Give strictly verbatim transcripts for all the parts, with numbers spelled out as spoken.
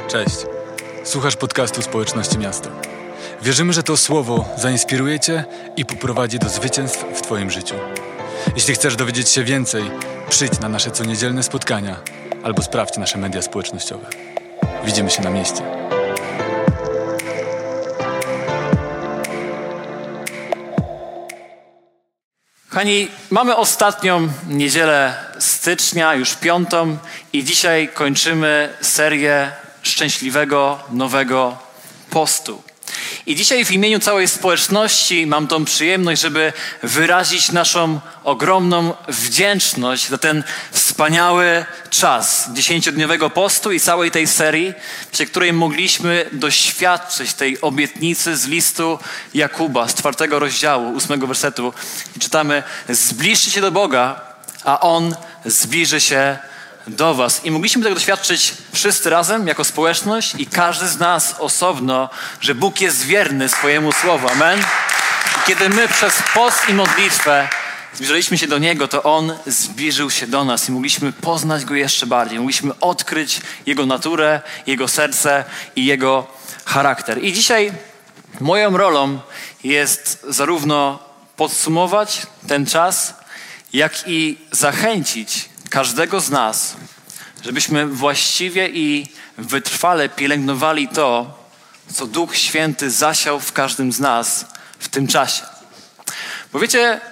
Cześć. Słuchasz podcastu Społeczności Miasta. Wierzymy, że to słowo zainspiruje Cię i poprowadzi do zwycięstw w Twoim życiu. Jeśli chcesz dowiedzieć się więcej, przyjdź na nasze coniedzielne spotkania albo sprawdź nasze media społecznościowe. Widzimy się na mieście. Kochani, mamy ostatnią niedzielę stycznia, już piątą i dzisiaj kończymy serię Szczęśliwego Nowego Postu. I dzisiaj w imieniu całej społeczności mam tą przyjemność, żeby wyrazić naszą ogromną wdzięczność za ten wspaniały czas dziesięciodniowego postu i całej tej serii, w której mogliśmy doświadczyć tej obietnicy z listu Jakuba, z czwartego rozdziału, ósmego wersetu. I czytamy: zbliżcie się do Boga, a On zbliży się do was. I mogliśmy tego doświadczyć wszyscy razem, jako społeczność i każdy z nas osobno, że Bóg jest wierny swojemu słowu. Amen. I kiedy my przez post i modlitwę zbliżyliśmy się do Niego, to On zbliżył się do nas i mogliśmy poznać Go jeszcze bardziej. Mogliśmy odkryć Jego naturę, Jego serce i Jego charakter. I dzisiaj moją rolą jest zarówno podsumować ten czas, jak i zachęcić każdego z nas, żebyśmy właściwie i wytrwale pielęgnowali to, co Duch Święty zasiał w każdym z nas w tym czasie. Bo wiecie,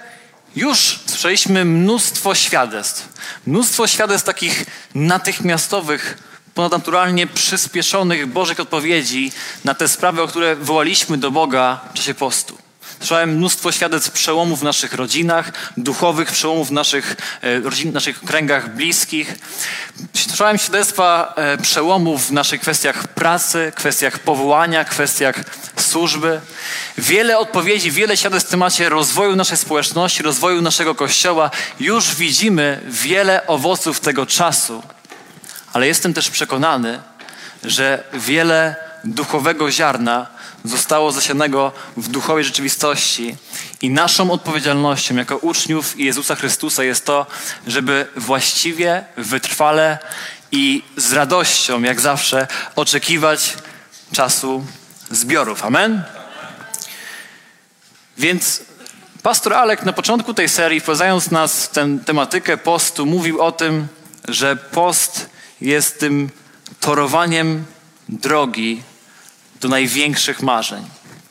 już słyszeliśmy mnóstwo świadectw. Mnóstwo świadectw takich natychmiastowych, ponadnaturalnie przyspieszonych Bożych odpowiedzi na te sprawy, o które wołaliśmy do Boga w czasie postu. Słyszałem mnóstwo świadectw przełomów w naszych rodzinach, duchowych przełomów w naszych, e, rodzin, naszych kręgach bliskich. Słyszałem świadectwa e, przełomów w naszych kwestiach pracy, kwestiach powołania, kwestiach służby. Wiele odpowiedzi, wiele świadectw w temacie rozwoju naszej społeczności, rozwoju naszego Kościoła. Już widzimy wiele owoców tego czasu. Ale jestem też przekonany, że wiele duchowego ziarna zostało zasianego w duchowej rzeczywistości i naszą odpowiedzialnością jako uczniów Jezusa Chrystusa jest to, żeby właściwie, wytrwale i z radością, jak zawsze, oczekiwać czasu zbiorów. Amen? Więc pastor Alek na początku tej serii, wprowadzając nas w tę tematykę postu, mówił o tym, że post jest tym torowaniem drogi do największych marzeń.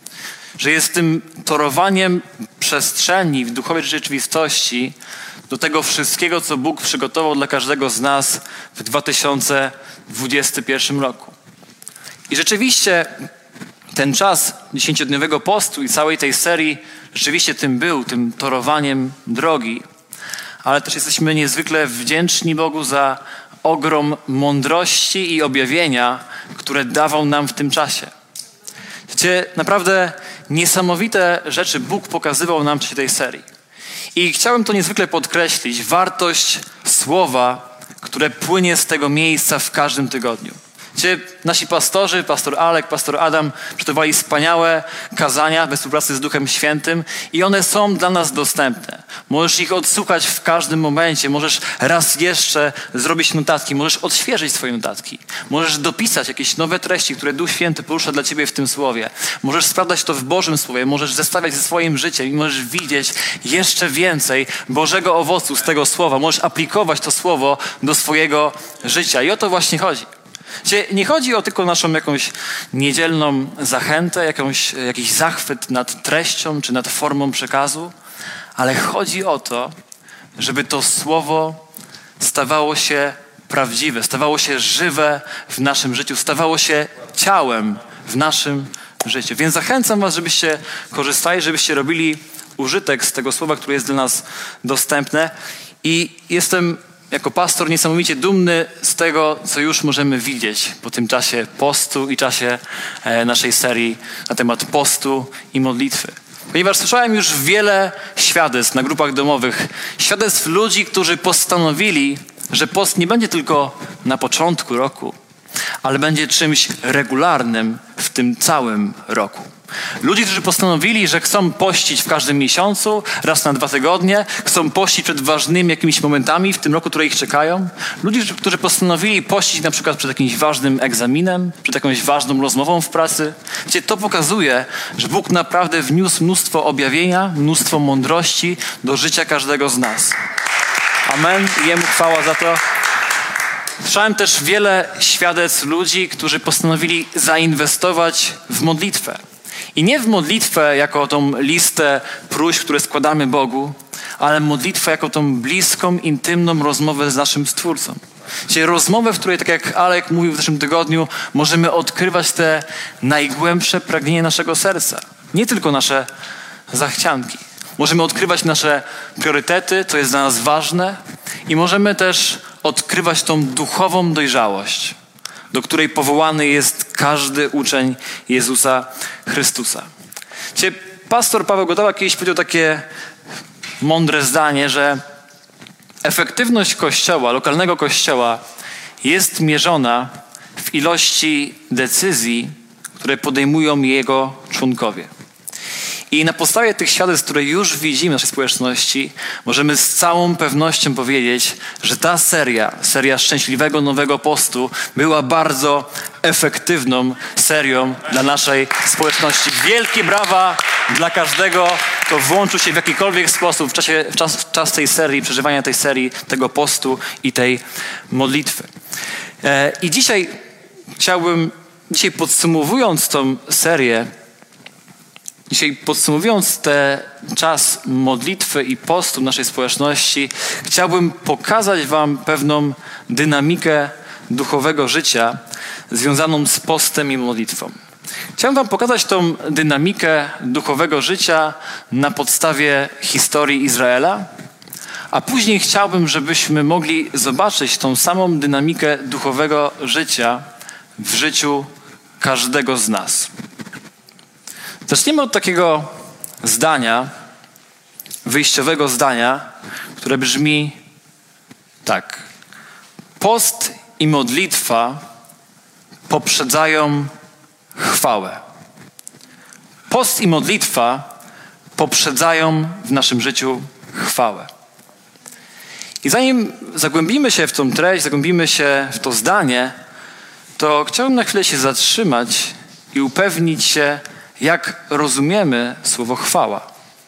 Że jest tym torowaniem przestrzeni w duchowej rzeczywistości do tego wszystkiego, co Bóg przygotował dla każdego z nas w dwa tysiące dwudziestym pierwszym roku. I rzeczywiście ten czas dziesięciodniowego postu i całej tej serii rzeczywiście tym był, tym torowaniem drogi. Ale też jesteśmy niezwykle wdzięczni Bogu za ogrom mądrości i objawienia, które dawał nam w tym czasie. Wiecie, naprawdę niesamowite rzeczy Bóg pokazywał nam w czasie tej serii. I chciałem to niezwykle podkreślić, wartość słowa, które płynie z tego miejsca w każdym tygodniu. Wiecie, nasi pastorzy, pastor Alek, pastor Adam przygotowali wspaniałe kazania we współpracy z Duchem Świętym i one są dla nas dostępne. Możesz ich odsłuchać w każdym momencie, możesz raz jeszcze zrobić notatki, możesz odświeżyć swoje notatki, możesz dopisać jakieś nowe treści, które Duch Święty porusza dla ciebie w tym słowie. Możesz sprawdzać to w Bożym Słowie, możesz zestawiać ze swoim życiem i możesz widzieć jeszcze więcej Bożego owocu z tego słowa. Możesz aplikować to słowo do swojego życia i o to właśnie chodzi. Nie chodzi o tylko naszą jakąś niedzielną zachętę, jakąś, jakiś zachwyt nad treścią czy nad formą przekazu, ale chodzi o to, żeby to słowo stawało się prawdziwe, stawało się żywe w naszym życiu, stawało się ciałem w naszym życiu. Więc zachęcam was, żebyście korzystali, żebyście robili użytek z tego słowa, które jest dla nas dostępne. I jestem jako pastor niesamowicie dumny z tego, co już możemy widzieć po tym czasie postu i czasie e, naszej serii na temat postu i modlitwy. Ponieważ słyszałem już wiele świadectw na grupach domowych, świadectw ludzi, którzy postanowili, że post nie będzie tylko na początku roku, ale będzie czymś regularnym w tym całym roku. Ludzi, którzy postanowili, że chcą pościć w każdym miesiącu, raz na dwa tygodnie, chcą pościć przed ważnymi jakimiś momentami w tym roku, które ich czekają. Ludzi, którzy postanowili pościć na przykład przed jakimś ważnym egzaminem, przed jakąś ważną rozmową w pracy. Wiecie, to pokazuje, że Bóg naprawdę wniósł mnóstwo objawienia, mnóstwo mądrości do życia każdego z nas. Amen. Jemu chwała za to. Słyszałem też wiele świadectw ludzi, którzy postanowili zainwestować w modlitwę. I nie w modlitwę jako tą listę próśb, które składamy Bogu, ale modlitwę jako tą bliską, intymną rozmowę z naszym Stwórcą. Czyli rozmowę, w której, tak jak Alek mówił w zeszłym tygodniu, możemy odkrywać te najgłębsze pragnienia naszego serca. Nie tylko nasze zachcianki. Możemy odkrywać nasze priorytety, co jest dla nas ważne i możemy też odkrywać tą duchową dojrzałość, do której powołany jest każdy uczeń Jezusa Chrystusa. Cię, pastor Paweł Gotowa kiedyś powiedział takie mądre zdanie, że efektywność Kościoła, lokalnego Kościoła jest mierzona w ilości decyzji, które podejmują jego członkowie. I na podstawie tych świadectw, które już widzimy w naszej społeczności, możemy z całą pewnością powiedzieć, że ta seria, seria Szczęśliwego Nowego Postu była bardzo efektywną serią dla naszej społeczności. Wielkie brawa dla każdego, kto włączył się w jakikolwiek sposób w, czasie, w, czas, w czas tej serii, przeżywania tej serii, tego postu i tej modlitwy. E, I dzisiaj chciałbym, dzisiaj podsumowując tą serię, Dzisiaj podsumowując ten czas modlitwy i postu naszej społeczności, chciałbym pokazać wam pewną dynamikę duchowego życia związaną z postem i modlitwą. Chciałbym wam pokazać tą dynamikę duchowego życia na podstawie historii Izraela, a później chciałbym, żebyśmy mogli zobaczyć tą samą dynamikę duchowego życia w życiu każdego z nas. Zaczniemy od takiego zdania, wyjściowego zdania, które brzmi tak. Post i modlitwa poprzedzają chwałę. Post i modlitwa poprzedzają w naszym życiu chwałę. I zanim zagłębimy się w tą treść, zagłębimy się w to zdanie, to chciałbym na chwilę się zatrzymać i upewnić się, jak rozumiemy słowo chwała.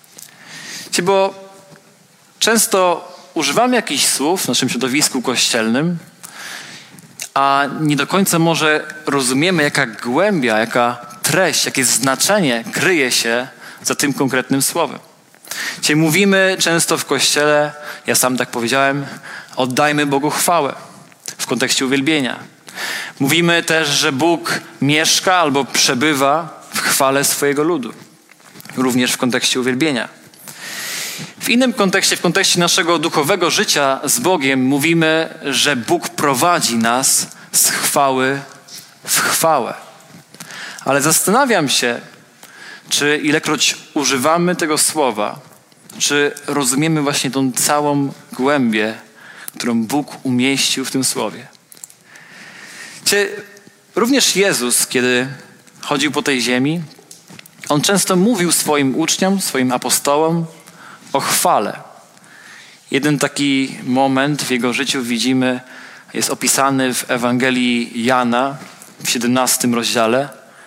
Bo często używamy jakichś słów w naszym środowisku kościelnym, a nie do końca może rozumiemy, jaka głębia, jaka treść, jakie znaczenie kryje się za tym konkretnym słowem. Dzisiaj mówimy często w kościele, ja sam tak powiedziałem, oddajmy Bogu chwałę w kontekście uwielbienia. Mówimy też, że Bóg mieszka albo przebywa w chwale swojego ludu. Również w kontekście uwielbienia. W innym kontekście, w kontekście naszego duchowego życia z Bogiem mówimy, że Bóg prowadzi nas z chwały w chwałę. Ale zastanawiam się, czy ilekroć używamy tego słowa, czy rozumiemy właśnie tą całą głębię, którą Bóg umieścił w tym słowie. Czy również Jezus, kiedy chodził po tej ziemi, On często mówił swoim uczniom, swoim apostołom o chwale. Jeden taki moment w Jego życiu widzimy, jest opisany w Ewangelii Jana w siedemnastym rozdziale.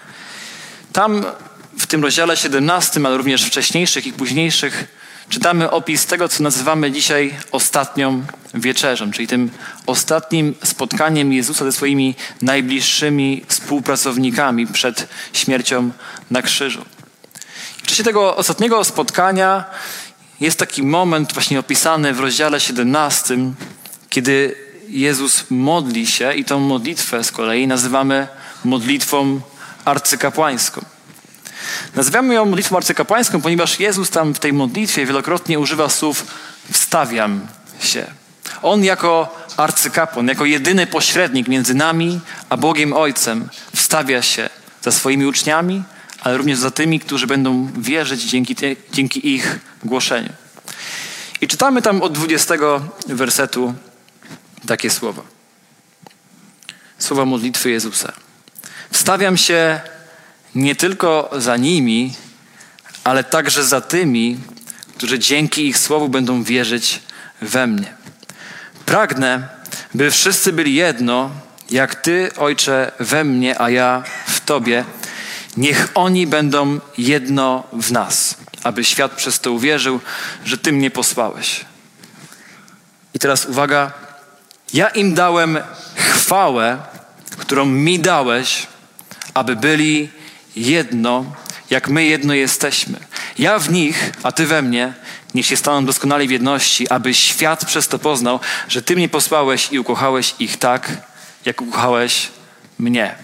Tam w tym rozdziale siedemnastym, ale również wcześniejszych i późniejszych, czytamy opis tego, co nazywamy dzisiaj ostatnią wieczerzą, czyli tym ostatnim spotkaniem Jezusa ze swoimi najbliższymi współpracownikami przed śmiercią na krzyżu. W czasie tego ostatniego spotkania jest taki moment właśnie opisany w rozdziale siedemnastym, kiedy Jezus modli się i tą modlitwę z kolei nazywamy modlitwą arcykapłańską. Nazywamy ją modlitwą arcykapłańską, ponieważ Jezus tam w tej modlitwie wielokrotnie używa słów wstawiam się. On jako arcykapłan, jako jedyny pośrednik między nami a Bogiem Ojcem wstawia się za swoimi uczniami, ale również za tymi, którzy będą wierzyć dzięki, te, dzięki ich głoszeniu. I czytamy tam od dwudziestego wersetu takie słowa. Słowa modlitwy Jezusa. Wstawiam się nie tylko za nimi, ale także za tymi, którzy dzięki ich słowu będą wierzyć we mnie. Pragnę, by wszyscy byli jedno, jak Ty, Ojcze, we mnie, a ja w Tobie. Niech oni będą jedno w nas, aby świat przez to uwierzył, że Ty mnie posłałeś. I teraz uwaga, ja im dałem chwałę, którą mi dałeś, aby byli jedno, jak my jedno jesteśmy. Ja w nich, a Ty we mnie, niech się staną doskonali w jedności, aby świat przez to poznał, że Ty mnie posłałeś i ukochałeś ich tak, jak ukochałeś mnie.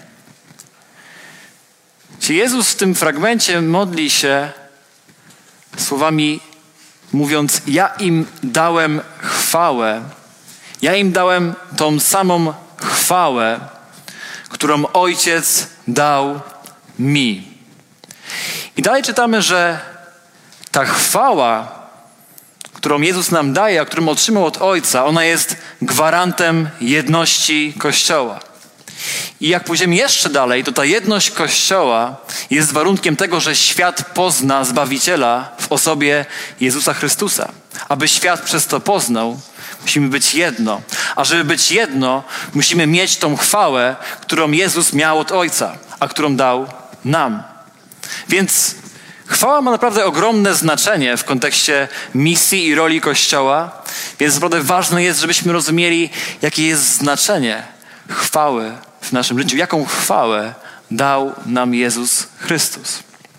Czy Jezus w tym fragmencie modli się słowami mówiąc, ja im dałem chwałę, ja im dałem tą samą chwałę, którą Ojciec dał mi. I dalej czytamy, że ta chwała, którą Jezus nam daje, a którą otrzymał od Ojca, ona jest gwarantem jedności Kościoła. I jak pójdziemy jeszcze dalej, to ta jedność Kościoła jest warunkiem tego, że świat pozna Zbawiciela w osobie Jezusa Chrystusa. Aby świat przez to poznał, musimy być jedno. A żeby być jedno, musimy mieć tą chwałę, którą Jezus miał od Ojca, a którą dał nam. Więc chwała ma naprawdę ogromne znaczenie w kontekście misji i roli Kościoła, więc naprawdę ważne jest, żebyśmy rozumieli, jakie jest znaczenie chwały w naszym życiu, jaką chwałę dał nam Jezus Chrystus.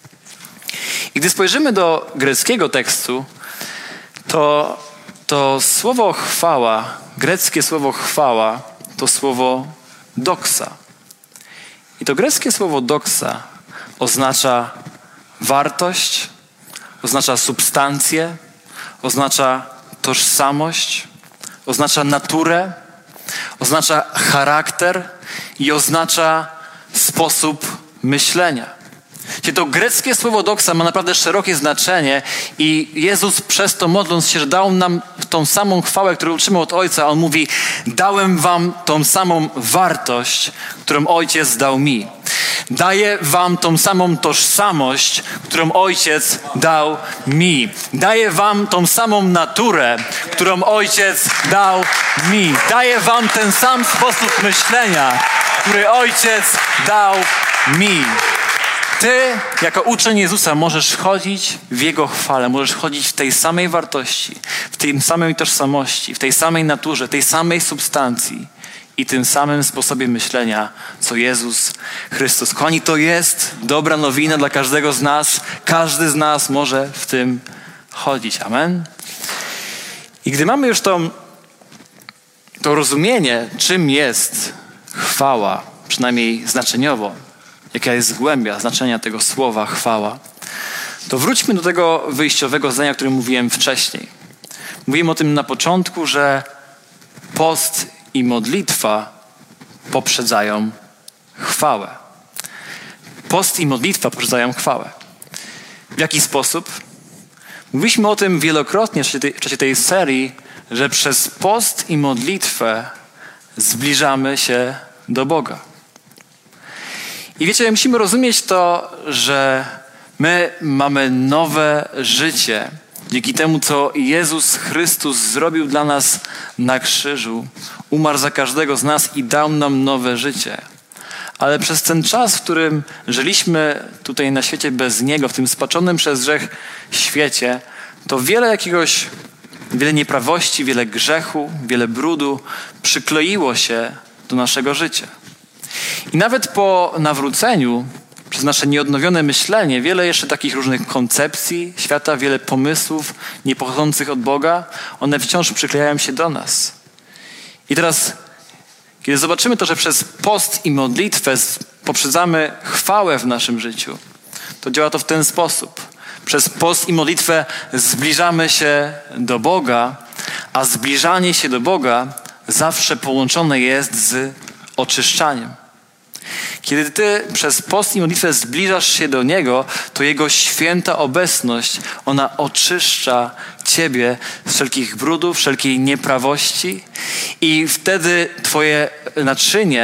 I gdy spojrzymy do greckiego tekstu, to, to słowo chwała, greckie słowo chwała, to słowo doxa. I to greckie słowo doxa oznacza wartość, oznacza substancję, oznacza tożsamość, oznacza naturę, oznacza charakter i oznacza sposób myślenia. Czyli to greckie słowo doxa ma naprawdę szerokie znaczenie i Jezus przez to modląc się, że dał nam tą samą chwałę, którą otrzymał od Ojca, On mówi, dałem wam tą samą wartość, którą Ojciec dał mi. Daję wam tą samą tożsamość, którą Ojciec dał mi. Daję wam tą samą naturę, którą Ojciec dał mi. Daję wam ten sam sposób myślenia, który Ojciec dał mi. Ty, jako uczeń Jezusa, możesz chodzić w Jego chwale, możesz chodzić w tej samej wartości, w tej samej tożsamości, w tej samej naturze, tej samej substancji i tym samym sposobie myślenia, co Jezus Chrystus. Kochani, to jest dobra nowina dla każdego z nas. Każdy z nas może w tym chodzić. Amen? I gdy mamy już to, to rozumienie, czym jest chwała, przynajmniej znaczeniowo, jaka jest głębia znaczenia tego słowa chwała, to wróćmy do tego wyjściowego zdania, o którym mówiłem wcześniej. Mówiłem o tym na początku, że post i modlitwa poprzedzają chwałę. Post i modlitwa poprzedzają chwałę. W jaki sposób? Mówiliśmy o tym wielokrotnie w czasie tej, w czasie tej serii, że przez post i modlitwę zbliżamy się do Boga. I wiecie, musimy rozumieć to, że my mamy nowe życie dzięki temu, co Jezus Chrystus zrobił dla nas na krzyżu. Umarł za każdego z nas i dał nam nowe życie. Ale przez ten czas, w którym żyliśmy tutaj na świecie bez Niego, w tym spaczonym przez grzech świecie, to wiele jakiegoś, wiele nieprawości, wiele grzechu, wiele brudu przykleiło się do naszego życia. I nawet po nawróceniu, przez nasze nieodnowione myślenie, wiele jeszcze takich różnych koncepcji świata, wiele pomysłów niepochodzących od Boga, one wciąż przyklejają się do nas. I teraz, kiedy zobaczymy to, że przez post i modlitwę poprzedzamy chwałę w naszym życiu, to działa to w ten sposób. Przez post i modlitwę zbliżamy się do Boga, a zbliżanie się do Boga zawsze połączone jest z oczyszczaniem. Kiedy ty przez post i modlitwę zbliżasz się do Niego, to Jego święta obecność, ona oczyszcza ciebie z wszelkich brudów, wszelkiej nieprawości i wtedy twoje naczynie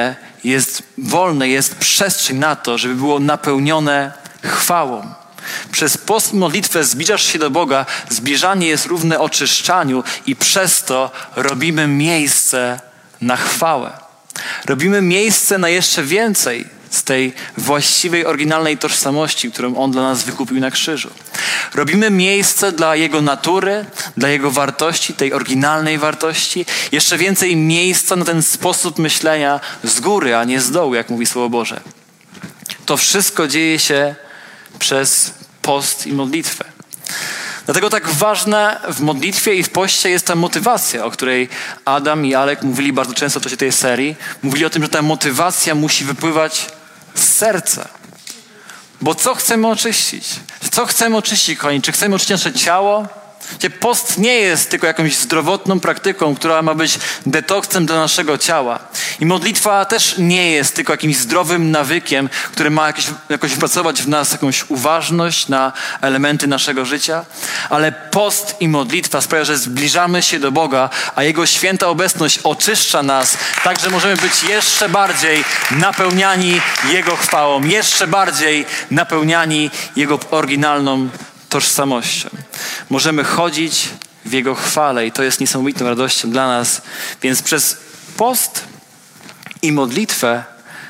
jest wolne, jest przestrzeń na to, żeby było napełnione chwałą. Przez post i modlitwę zbliżasz się do Boga, zbliżanie jest równe oczyszczaniu i przez to robimy miejsce na chwałę. Robimy miejsce na jeszcze więcej z tej właściwej, oryginalnej tożsamości, którą On dla nas wykupił na krzyżu. Robimy miejsce dla Jego natury, dla Jego wartości, tej oryginalnej wartości. Jeszcze więcej miejsca na ten sposób myślenia z góry, a nie z dołu, jak mówi Słowo Boże. To wszystko dzieje się przez post i modlitwę. Dlatego tak ważne w modlitwie i w poście jest ta motywacja, o której Adam i Alek mówili bardzo często w czasie tej serii. Mówili o tym, że ta motywacja musi wypływać z serca. Bo co chcemy oczyścić? Co chcemy oczyścić, kochani? Czy chcemy oczyścić nasze ciało? Post nie jest tylko jakąś zdrowotną praktyką, która ma być detoksem dla naszego ciała. I modlitwa też nie jest tylko jakimś zdrowym nawykiem, który ma jakieś, jakoś wpracować w nas jakąś uważność na elementy naszego życia. Ale post i modlitwa sprawia, że zbliżamy się do Boga, a Jego święta obecność oczyszcza nas, tak że możemy być jeszcze bardziej napełniani Jego chwałą, jeszcze bardziej napełniani Jego oryginalną tożsamością. Możemy chodzić w Jego chwale i to jest niesamowitą radością dla nas. Więc przez post i modlitwę,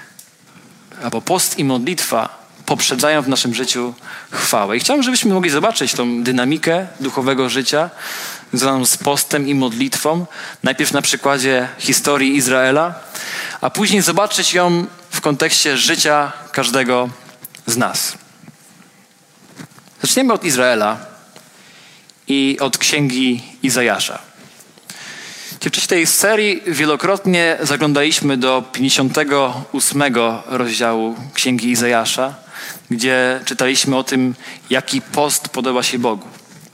albo post i modlitwa poprzedzają w naszym życiu chwałę. I chciałbym, żebyśmy mogli zobaczyć tą dynamikę duchowego życia związaną z postem i modlitwą. Najpierw na przykładzie historii Izraela, a później zobaczyć ją w kontekście życia każdego z nas. Zaczniemy od Izraela i od księgi Izajasza. W czasie tej serii wielokrotnie zaglądaliśmy do pięćdziesiątego ósmego rozdziału księgi Izajasza, gdzie czytaliśmy o tym, jaki post podoba się Bogu.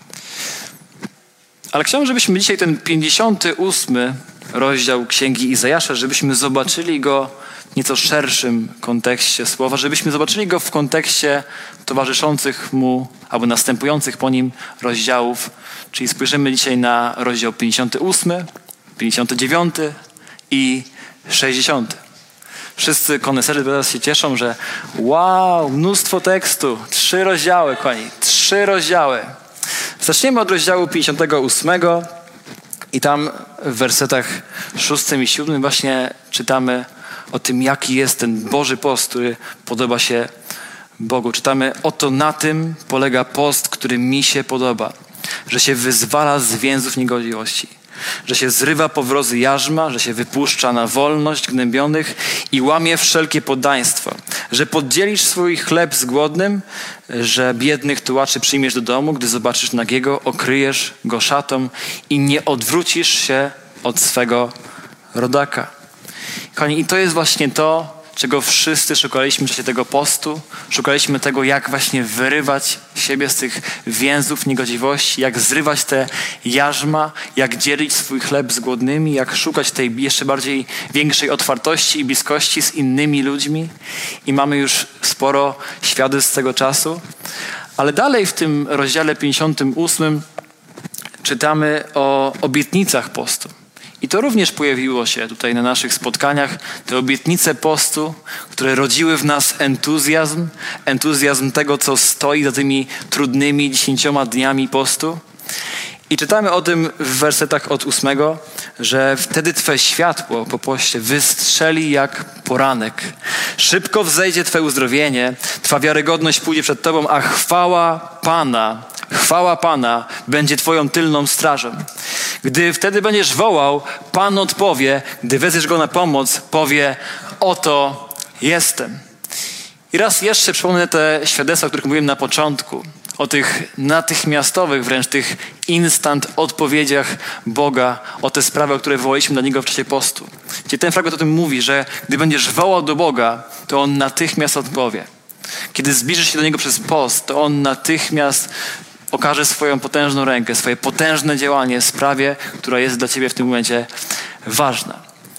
Ale chciałbym, żebyśmy dzisiaj ten pięćdziesiąty ósmy rozdział księgi Izajasza, żebyśmy zobaczyli go w nieco szerszym kontekście słowa, żebyśmy zobaczyli go w kontekście towarzyszących mu albo następujących po nim rozdziałów. Czyli spojrzymy dzisiaj na rozdział pięćdziesiąty ósmy, pięćdziesiąty dziewiąty i sześćdziesiąty. Wszyscy koneserzy teraz się cieszą, że wow, mnóstwo tekstu, trzy rozdziały, kochani, trzy rozdziały. Zaczniemy od rozdziału pięćdziesiątego ósmego i tam w wersetach szóstym i siódmym właśnie czytamy o tym, jaki jest ten Boży post, który podoba się Bogu. Czytamy, oto na tym polega post, który mi się podoba, że się wyzwala z więzów niegodziwości, że się zrywa powrozy jarzma, że się wypuszcza na wolność gnębionych i łamie wszelkie poddaństwo, że podzielisz swój chleb z głodnym, że biednych tułaczy przyjmiesz do domu, gdy zobaczysz nagiego, okryjesz go szatą i nie odwrócisz się od swego rodaka. Kochani, i to jest właśnie to, czego wszyscy szukaliśmy w czasie tego postu. Szukaliśmy tego, jak właśnie wyrywać siebie z tych więzów niegodziwości, jak zrywać te jarzma, jak dzielić swój chleb z głodnymi, jak szukać tej jeszcze bardziej większej otwartości i bliskości z innymi ludźmi. I mamy już sporo świadectw z tego czasu. Ale dalej w tym rozdziale pięćdziesiątym ósmym czytamy o obietnicach postu. I to również pojawiło się tutaj na naszych spotkaniach, te obietnice postu, które rodziły w nas entuzjazm, entuzjazm tego, co stoi za tymi trudnymi dziesięcioma dniami postu. I czytamy o tym w wersetach od ósmego, że wtedy Twe światło po poście wystrzeli jak poranek. Szybko wzejdzie Twe uzdrowienie, Twa wiarygodność pójdzie przed Tobą, a chwała Pana, chwała Pana będzie Twoją tylną strażą. Gdy wtedy będziesz wołał, Pan odpowie, gdy wezwiesz Go na pomoc, powie, oto jestem. I raz jeszcze przypomnę te świadectwa, o których mówiłem na początku. O tych natychmiastowych, wręcz tych instant odpowiedziach Boga, o te sprawy, o które wołaliśmy dla Niego w czasie postu. Gdzie ten fragment o tym mówi, że gdy będziesz wołał do Boga, to On natychmiast odpowie. Kiedy zbliżysz się do Niego przez post, to On natychmiast okaże swoją potężną rękę, swoje potężne działanie w sprawie, która jest dla Ciebie w tym momencie ważna.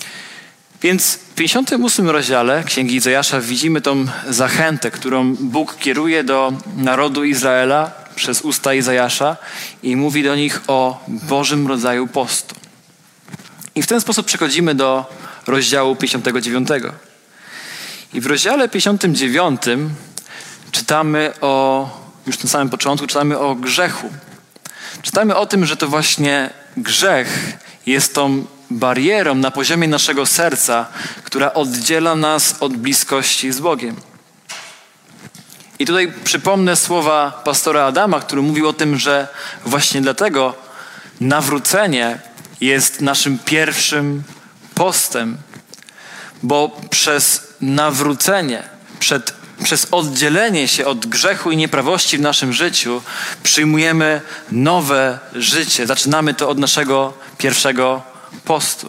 Więc w pięćdziesiątym ósmym rozdziale Księgi Izajasza widzimy tą zachętę, którą Bóg kieruje do narodu Izraela przez usta Izajasza i mówi do nich o Bożym rodzaju postu. I w ten sposób przechodzimy do rozdziału pięćdziesiątego dziewiątego. I w rozdziale pięćdziesiątym dziewiątym czytamy o, już na samym początku, czytamy o grzechu. Czytamy o tym, że to właśnie grzech jest tą barierą na poziomie naszego serca, która oddziela nas od bliskości z Bogiem. I tutaj przypomnę słowa pastora Adama, który mówił o tym, że właśnie dlatego nawrócenie jest naszym pierwszym postem, bo przez nawrócenie, przed, przez oddzielenie się od grzechu i nieprawości w naszym życiu przyjmujemy nowe życie. Zaczynamy to od naszego pierwszego postu.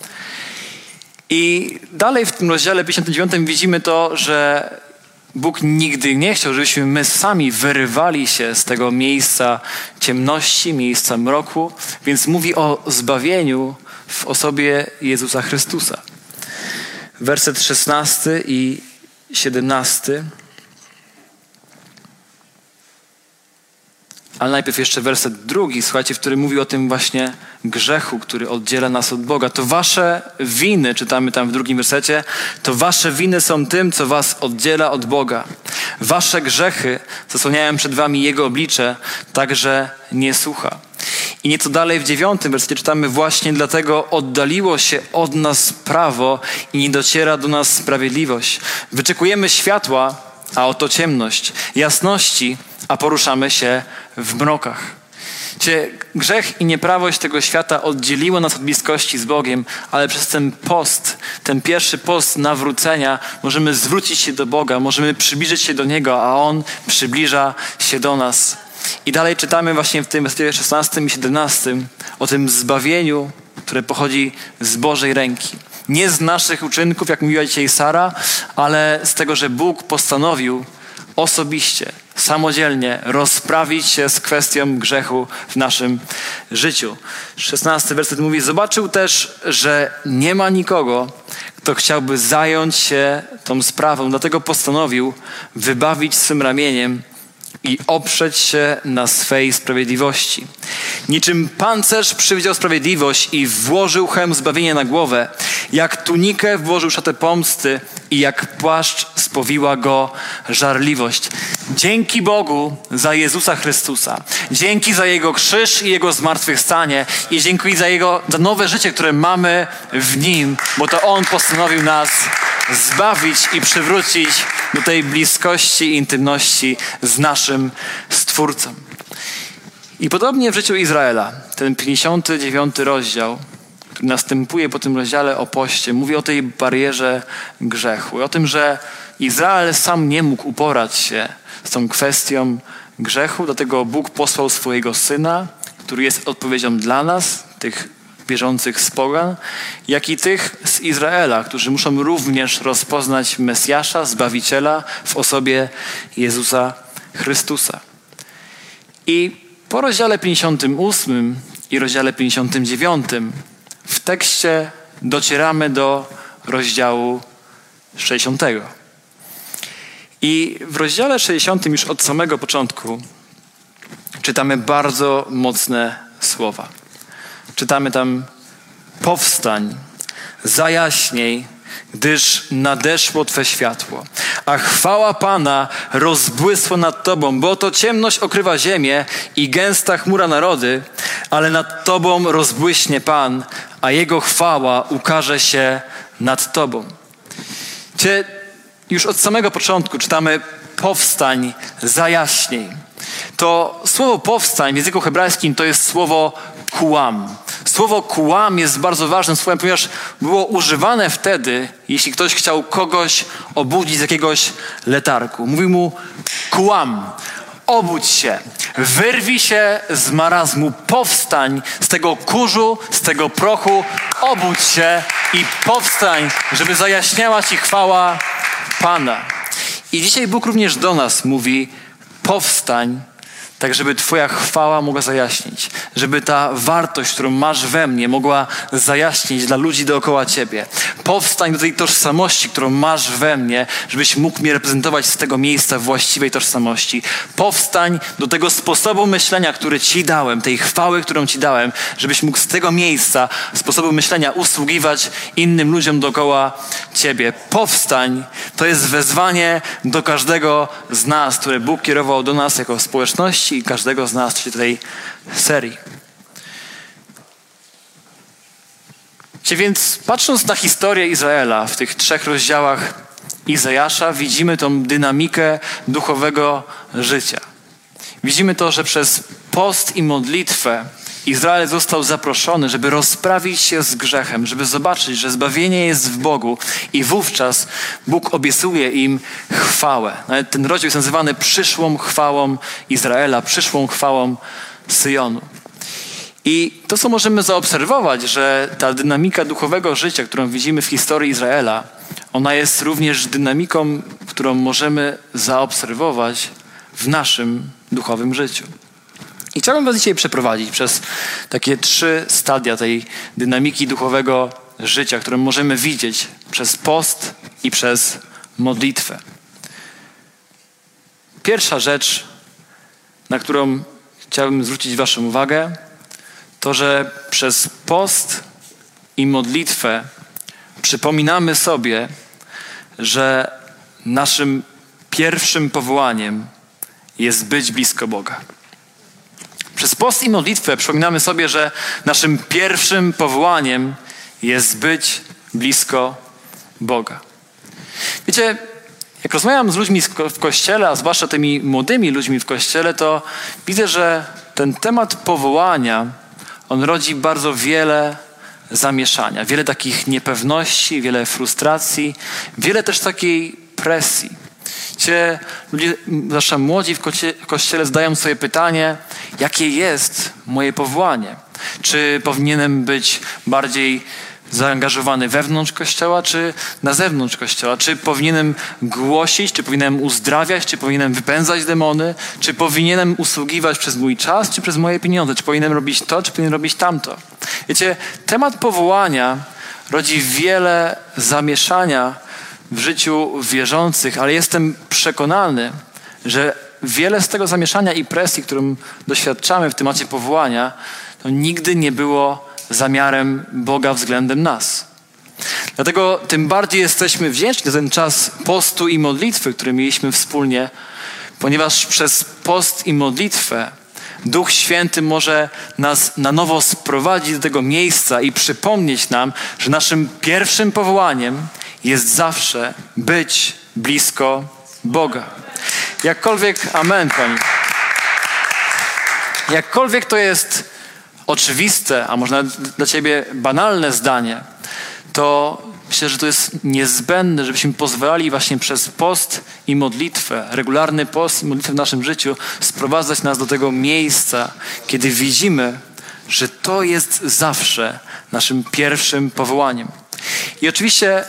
I dalej w tym rozdziale pięćdziesiątym dziewiątym widzimy to, że Bóg nigdy nie chciał, żebyśmy my sami wyrywali się z tego miejsca ciemności, miejsca mroku, więc mówi o zbawieniu w osobie Jezusa Chrystusa. Werset szesnasty i siedemnasty. Ale najpierw jeszcze werset drugi, słuchajcie, w którym mówi o tym właśnie grzechu, który oddziela nas od Boga. To wasze winy, czytamy tam w drugim wersecie, to wasze winy są tym, co was oddziela od Boga. Wasze grzechy zasłaniają przed wami Jego oblicze, tak że nie słucha. I nieco dalej w dziewiątym wersecie czytamy, właśnie dlatego oddaliło się od nas prawo i nie dociera do nas sprawiedliwość. Wyczekujemy światła, a oto ciemność, jasności, a poruszamy się w mrokach. Cie, grzech i nieprawość tego świata oddzieliło nas od bliskości z Bogiem, ale przez ten post, ten pierwszy post nawrócenia możemy zwrócić się do Boga, możemy przybliżyć się do Niego, a On przybliża się do nas. I dalej czytamy właśnie w tym wersecie szesnastym i siedemnastym o tym zbawieniu, które pochodzi z Bożej ręki. Nie z naszych uczynków, jak mówiła dzisiaj Sara, ale z tego, że Bóg postanowił osobiście, samodzielnie rozprawić się z kwestią grzechu w naszym życiu. szesnasty werset mówi, zobaczył też, że nie ma nikogo, kto chciałby zająć się tą sprawą, dlatego postanowił wybawić swym ramieniem i oprzeć się na swej sprawiedliwości. Niczym pancerz przywdział sprawiedliwość i włożył hełm zbawienia na głowę, jak tunikę włożył szatę pomsty i jak płaszcz spowiła go żarliwość. Dzięki Bogu za Jezusa Chrystusa. Dzięki za Jego krzyż i Jego zmartwychwstanie i dzięki za Jego za nowe życie, które mamy w Nim, bo to On postanowił nas zbawić i przywrócić do tej bliskości i intymności z naszym Stwórcą. I podobnie w życiu Izraela, ten pięćdziesiąty dziewiąty rozdział, który następuje po tym rozdziale o poście, mówi o tej barierze grzechu. I o tym, że Izrael sam nie mógł uporać się z tą kwestią grzechu, dlatego Bóg posłał swojego Syna, który jest odpowiedzią dla nas, tych wierzących z pogan, jak i tych z Izraela, którzy muszą również rozpoznać Mesjasza, Zbawiciela w osobie Jezusa Chrystusa. I po rozdziale pięćdziesiątym ósmym i rozdziale pięćdziesiątym dziewiątym w tekście docieramy do rozdziału sześćdziesiątego. I w rozdziale sześćdziesiątym już od samego początku czytamy bardzo mocne słowa. Czytamy tam: powstań, zajaśnij, gdyż nadeszło Twe światło, a chwała Pana rozbłysła nad Tobą, bo oto ciemność okrywa ziemię i gęsta chmura narody, ale nad Tobą rozbłyśnie Pan, a Jego chwała ukaże się nad Tobą. Cię już od samego początku czytamy: powstań, zajaśnij. To słowo powstań w języku hebrajskim to jest słowo kułam. Słowo kułam jest bardzo ważnym słowem, ponieważ było używane wtedy, jeśli ktoś chciał kogoś obudzić z jakiegoś letargu. Mówił mu: kułam, obudź się, wyrwij się z marazmu, powstań z tego kurzu, z tego prochu, obudź się i powstań, żeby zajaśniała Ci chwała Pana. I dzisiaj Bóg również do nas mówi: powstań, tak żeby Twoja chwała mogła zajaśnić, żeby ta wartość, którą masz we mnie, mogła zajaśnić dla ludzi dookoła Ciebie. Powstań do tej tożsamości, którą masz we mnie, żebyś mógł mnie reprezentować z tego miejsca właściwej tożsamości. Powstań do tego sposobu myślenia, który Ci dałem, tej chwały, którą Ci dałem, żebyś mógł z tego miejsca, sposobu myślenia usługiwać innym ludziom dookoła Ciebie. Powstań, to jest wezwanie do każdego z nas, które Bóg kierował do nas jako społeczności i każdego z nas w tej serii. Cię więc patrząc na historię Izraela w tych trzech rozdziałach Izajasza, widzimy tą dynamikę duchowego życia. Widzimy to, że przez post i modlitwę Izrael został zaproszony, żeby rozprawić się z grzechem, żeby zobaczyć, że zbawienie jest w Bogu i wówczas Bóg obiecuje im chwałę. Nawet ten rozdział jest nazywany przyszłą chwałą Izraela, przyszłą chwałą Syjonu. I to, co możemy zaobserwować, że ta dynamika duchowego życia, którą widzimy w historii Izraela, ona jest również dynamiką, którą możemy zaobserwować w naszym duchowym życiu. I chciałbym was dzisiaj przeprowadzić przez takie trzy stadia tej dynamiki duchowego życia, którą możemy widzieć przez post i przez modlitwę. Pierwsza rzecz, na którą chciałbym zwrócić waszą uwagę, to, że przez post i modlitwę przypominamy sobie, że naszym pierwszym powołaniem jest być blisko Boga. Przez post i modlitwę przypominamy sobie, że naszym pierwszym powołaniem jest być blisko Boga. Wiecie, jak rozmawiam z ludźmi w Kościele, a zwłaszcza tymi młodymi ludźmi w Kościele, to widzę, że ten temat powołania, on rodzi bardzo wiele zamieszania, wiele takich niepewności, wiele frustracji, wiele też takiej presji. Gdzie ludzie, zwłaszcza młodzi w Kościele, zadają sobie pytanie, jakie jest moje powołanie? Czy powinienem być bardziej zaangażowany wewnątrz Kościoła, czy na zewnątrz Kościoła? Czy powinienem głosić, czy powinienem uzdrawiać, czy powinienem wypędzać demony? Czy powinienem usługiwać przez mój czas, czy przez moje pieniądze? Czy powinienem robić to, czy powinienem robić tamto? Wiecie, temat powołania rodzi wiele zamieszania w życiu wierzących, ale jestem przekonany, że wiele z tego zamieszania i presji, którą doświadczamy w temacie powołania, to nigdy nie było zamiarem Boga względem nas. Dlatego tym bardziej jesteśmy wdzięczni za ten czas postu i modlitwy, który mieliśmy wspólnie, ponieważ przez post i modlitwę Duch Święty może nas na nowo sprowadzić do tego miejsca i przypomnieć nam, że naszym pierwszym powołaniem jest zawsze być blisko Boga. Jakkolwiek, amen, Pani. Jakkolwiek to jest oczywiste, a może nawet dla Ciebie banalne zdanie, to myślę, że to jest niezbędne, żebyśmy pozwalali właśnie przez post i modlitwę, regularny post i modlitwę w naszym życiu sprowadzać nas do tego miejsca, kiedy widzimy, że to jest zawsze naszym pierwszym powołaniem. I oczywiście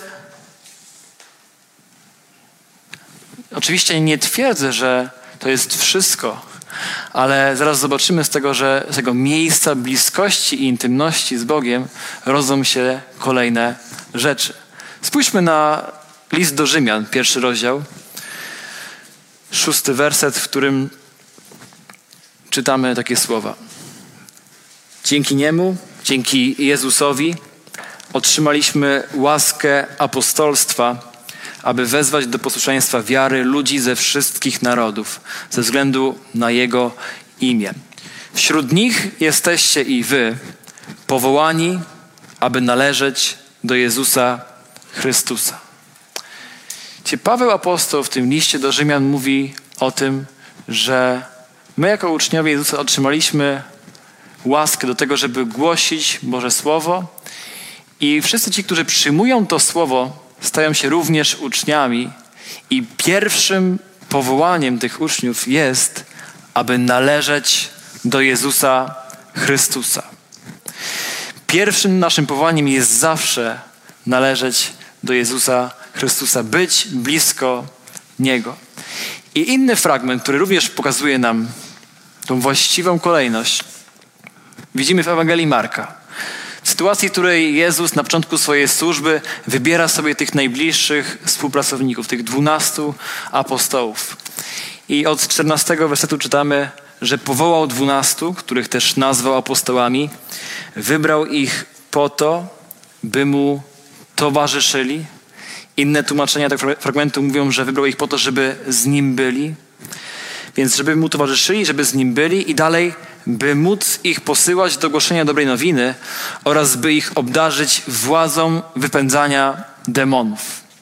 Oczywiście nie twierdzę, że to jest wszystko, ale zaraz zobaczymy z tego, że z tego miejsca bliskości i intymności z Bogiem rodzą się kolejne rzeczy. Spójrzmy na list do Rzymian, pierwszy rozdział, szósty werset, w którym czytamy takie słowa. Dzięki Niemu, dzięki Jezusowi otrzymaliśmy łaskę apostolstwa, aby wezwać do posłuszeństwa wiary ludzi ze wszystkich narodów, ze względu na Jego imię. Wśród nich jesteście i wy, powołani, aby należeć do Jezusa Chrystusa. Gdzie Paweł apostoł w tym liście do Rzymian mówi o tym, że my jako uczniowie Jezusa otrzymaliśmy łaskę do tego, żeby głosić Boże Słowo i wszyscy ci, którzy przyjmują to Słowo, stają się również uczniami i pierwszym powołaniem tych uczniów jest, aby należeć do Jezusa Chrystusa. Pierwszym naszym powołaniem jest zawsze należeć do Jezusa Chrystusa, być blisko Niego. I inny fragment, który również pokazuje nam tą właściwą kolejność widzimy w Ewangelii Marka. W sytuacji, w której Jezus na początku swojej służby wybiera sobie tych najbliższych współpracowników, tych dwunastu apostołów. I od czternastego wersetu czytamy, że powołał dwunastu, których też nazwał apostołami, wybrał ich po to, by mu towarzyszyli. Inne tłumaczenia tego fragmentu mówią, że wybrał ich po to, żeby z nim byli. Więc żeby mu towarzyszyli, żeby z nim byli i dalej, by móc ich posyłać do głoszenia dobrej nowiny oraz by ich obdarzyć władzą wypędzania demonów.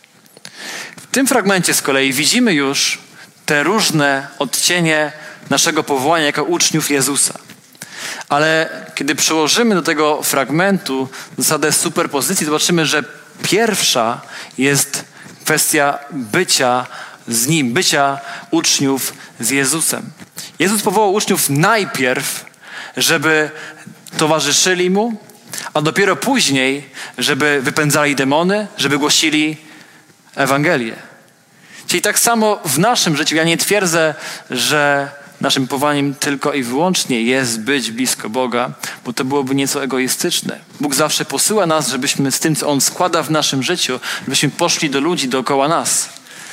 W tym fragmencie z kolei widzimy już te różne odcienie naszego powołania jako uczniów Jezusa. Ale kiedy przełożymy do tego fragmentu zasadę superpozycji, zobaczymy, że pierwsza jest kwestia bycia z Nim, bycia uczniów z Jezusem. Jezus powołał uczniów najpierw, żeby towarzyszyli Mu, a dopiero później, żeby wypędzali demony, żeby głosili Ewangelię. Czyli tak samo w naszym życiu. Ja nie twierdzę, że naszym powołaniem tylko i wyłącznie jest być blisko Boga, bo to byłoby nieco egoistyczne. Bóg zawsze posyła nas, żebyśmy z tym, co On składa w naszym życiu, żebyśmy poszli do ludzi dookoła nas.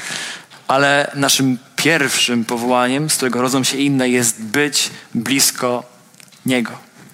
Ale naszym pierwszym powołaniem, z którego rodzą się inne, jest być blisko Niego.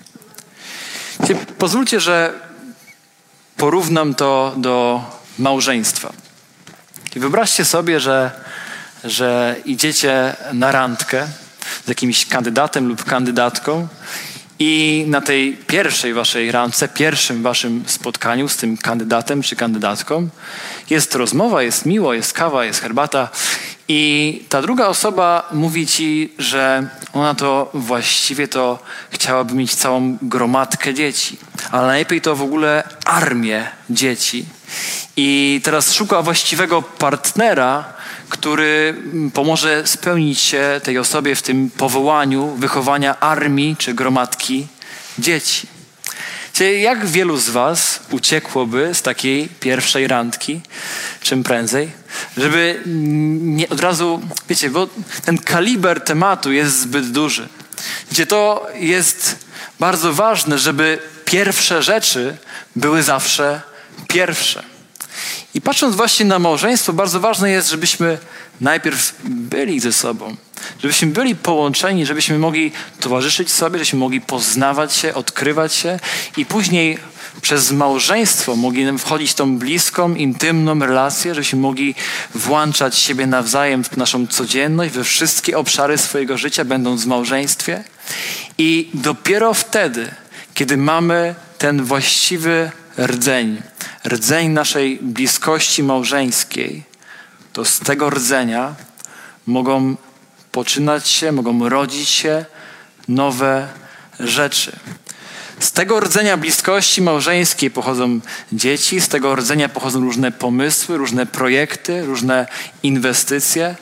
Pozwólcie, że porównam to do małżeństwa. Wyobraźcie sobie, że, że idziecie na randkę z jakimś kandydatem lub kandydatką i na tej pierwszej waszej randce, pierwszym waszym spotkaniu z tym kandydatem czy kandydatką jest rozmowa, jest miło, jest kawa, jest herbata i ta druga osoba mówi ci, że ona to właściwie to chciałaby mieć całą gromadkę dzieci, ale najlepiej to w ogóle armię dzieci. I teraz szuka właściwego partnera, który pomoże spełnić się tej osobie w tym powołaniu wychowania armii czy gromadki dzieci. Czyli jak wielu z was uciekłoby z takiej pierwszej randki, czym prędzej, żeby nie od razu, wiecie, bo ten kaliber tematu jest zbyt duży. Wiecie, to jest bardzo ważne, żeby pierwsze rzeczy były zawsze pierwsze. I patrząc właśnie na małżeństwo, bardzo ważne jest, żebyśmy najpierw byli ze sobą, żebyśmy byli połączeni, żebyśmy mogli towarzyszyć sobie, żebyśmy mogli poznawać się, odkrywać się i później przez małżeństwo mogli wchodzić w tą bliską, intymną relację, żebyśmy mogli włączać siebie nawzajem w naszą codzienność, we wszystkie obszary swojego życia, będąc w małżeństwie. I dopiero wtedy, kiedy mamy ten właściwy rdzeń, rdzeń naszej bliskości małżeńskiej, to z tego rdzenia mogą poczynać się, mogą rodzić się nowe rzeczy. Z tego rdzenia bliskości małżeńskiej pochodzą dzieci, z tego rdzenia pochodzą różne pomysły, różne projekty, różne inwestycje,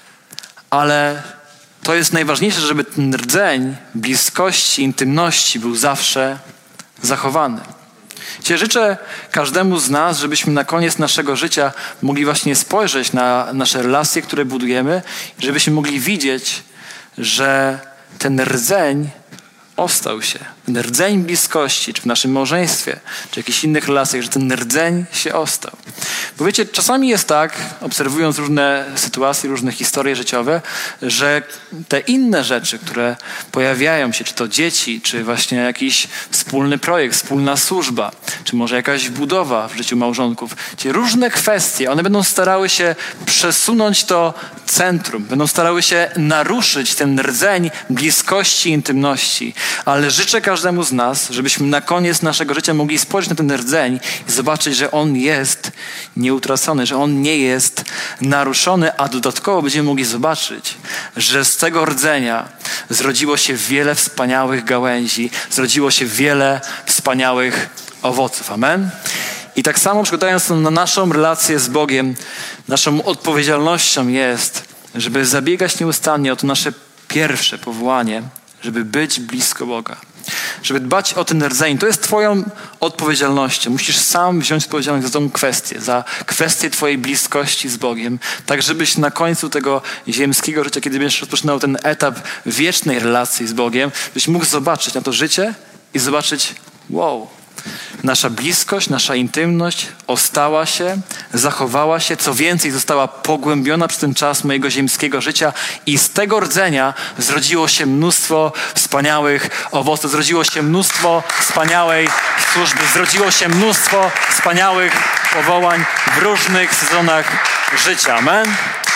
ale to jest najważniejsze, żeby ten rdzeń bliskości, intymności był zawsze zachowany. Cię życzę każdemu z nas, żebyśmy na koniec naszego życia mogli właśnie spojrzeć na nasze relacje, które budujemy, żebyśmy mogli widzieć, że ten rdzeń ostał się. Ten rdzeń bliskości, czy w naszym małżeństwie, czy w jakichś innych relacjach, że ten rdzeń się ostał. Bo wiecie, czasami jest tak, obserwując różne sytuacje, różne historie życiowe, że te inne rzeczy, które pojawiają się, czy to dzieci, czy właśnie jakiś wspólny projekt, wspólna służba, czy może jakaś budowa w życiu małżonków, ci różne kwestie, one będą starały się przesunąć to centrum, będą starały się naruszyć ten rdzeń bliskości, intymności. Ale życzę każdemu z nas, żebyśmy na koniec naszego życia mogli spojrzeć na ten rdzeń i zobaczyć, że on jest nieutracony, że on nie jest naruszony, a dodatkowo będziemy mogli zobaczyć, że z tego rdzenia zrodziło się wiele wspaniałych gałęzi, zrodziło się wiele wspaniałych owoców. Amen? I tak samo przygotowując na naszą relację z Bogiem, naszą odpowiedzialnością jest, żeby zabiegać nieustannie o to nasze pierwsze powołanie, żeby być blisko Boga. żeby dbać o ten rdzeń. To jest twoją odpowiedzialnością. Musisz sam wziąć odpowiedzialność za tą kwestię, za kwestię twojej bliskości z Bogiem, tak żebyś na końcu tego ziemskiego życia, kiedy będziesz rozpoczynał ten etap wiecznej relacji z Bogiem, byś mógł zobaczyć na to życie i zobaczyć, wow, nasza bliskość, nasza intymność ostała się, zachowała się, co więcej została pogłębiona przez ten czas mojego ziemskiego życia i z tego rdzenia zrodziło się mnóstwo wspaniałych owoców, zrodziło się mnóstwo wspaniałej służby, zrodziło się mnóstwo wspaniałych powołań w różnych sezonach życia. Amen?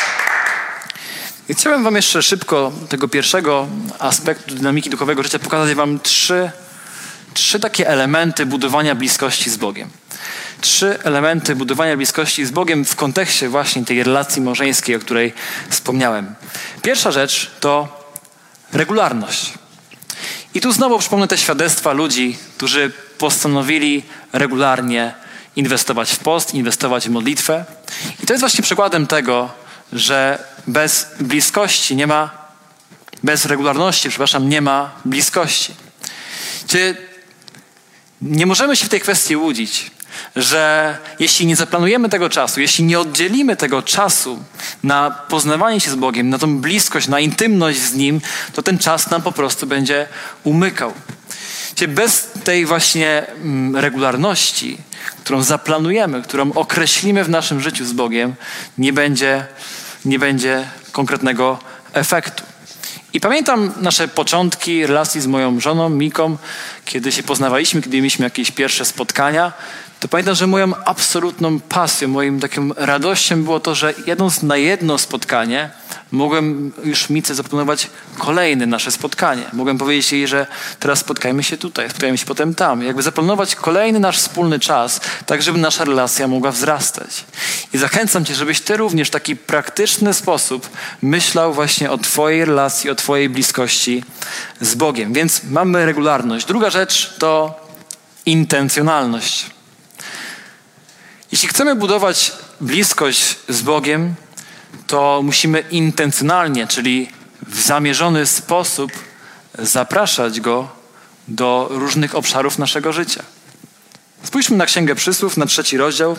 I chciałem wam jeszcze szybko tego pierwszego aspektu dynamiki duchowego życia pokazać wam trzy Trzy takie elementy budowania bliskości z Bogiem. Trzy elementy budowania bliskości z Bogiem w kontekście właśnie tej relacji małżeńskiej, o której wspomniałem. Pierwsza rzecz to regularność. I tu znowu przypomnę te świadectwa ludzi, którzy postanowili regularnie inwestować w post, inwestować w modlitwę. I to jest właśnie przykładem tego, że bez bliskości nie ma, bez regularności, przepraszam, nie ma bliskości. Czy nie możemy się w tej kwestii łudzić, że jeśli nie zaplanujemy tego czasu, jeśli nie oddzielimy tego czasu na poznawanie się z Bogiem, na tą bliskość, na intymność z Nim, to ten czas nam po prostu będzie umykał. Bez tej właśnie regularności, którą zaplanujemy, którą określimy w naszym życiu z Bogiem, nie będzie, nie będzie konkretnego efektu. I pamiętam nasze początki relacji z moją żoną Miką, kiedy się poznawaliśmy, kiedy mieliśmy jakieś pierwsze spotkania, to pamiętam, że moją absolutną pasją, moim taką radością było to, że jadąc na jedno spotkanie, mogłem już Mice zaplanować kolejne nasze spotkanie. Mogłem powiedzieć jej, że teraz spotkajmy się tutaj, spotkajmy się potem tam. Jakby zaplanować kolejny nasz wspólny czas, tak żeby nasza relacja mogła wzrastać. I zachęcam cię, żebyś ty również w taki praktyczny sposób myślał właśnie o twojej relacji, o twojej bliskości z Bogiem. Więc mamy regularność. Druga rzecz to intencjonalność. Jeśli chcemy budować bliskość z Bogiem, to musimy intencjonalnie, czyli w zamierzony sposób zapraszać Go do różnych obszarów naszego życia. Spójrzmy na Księgę Przysłów, na trzeci rozdział.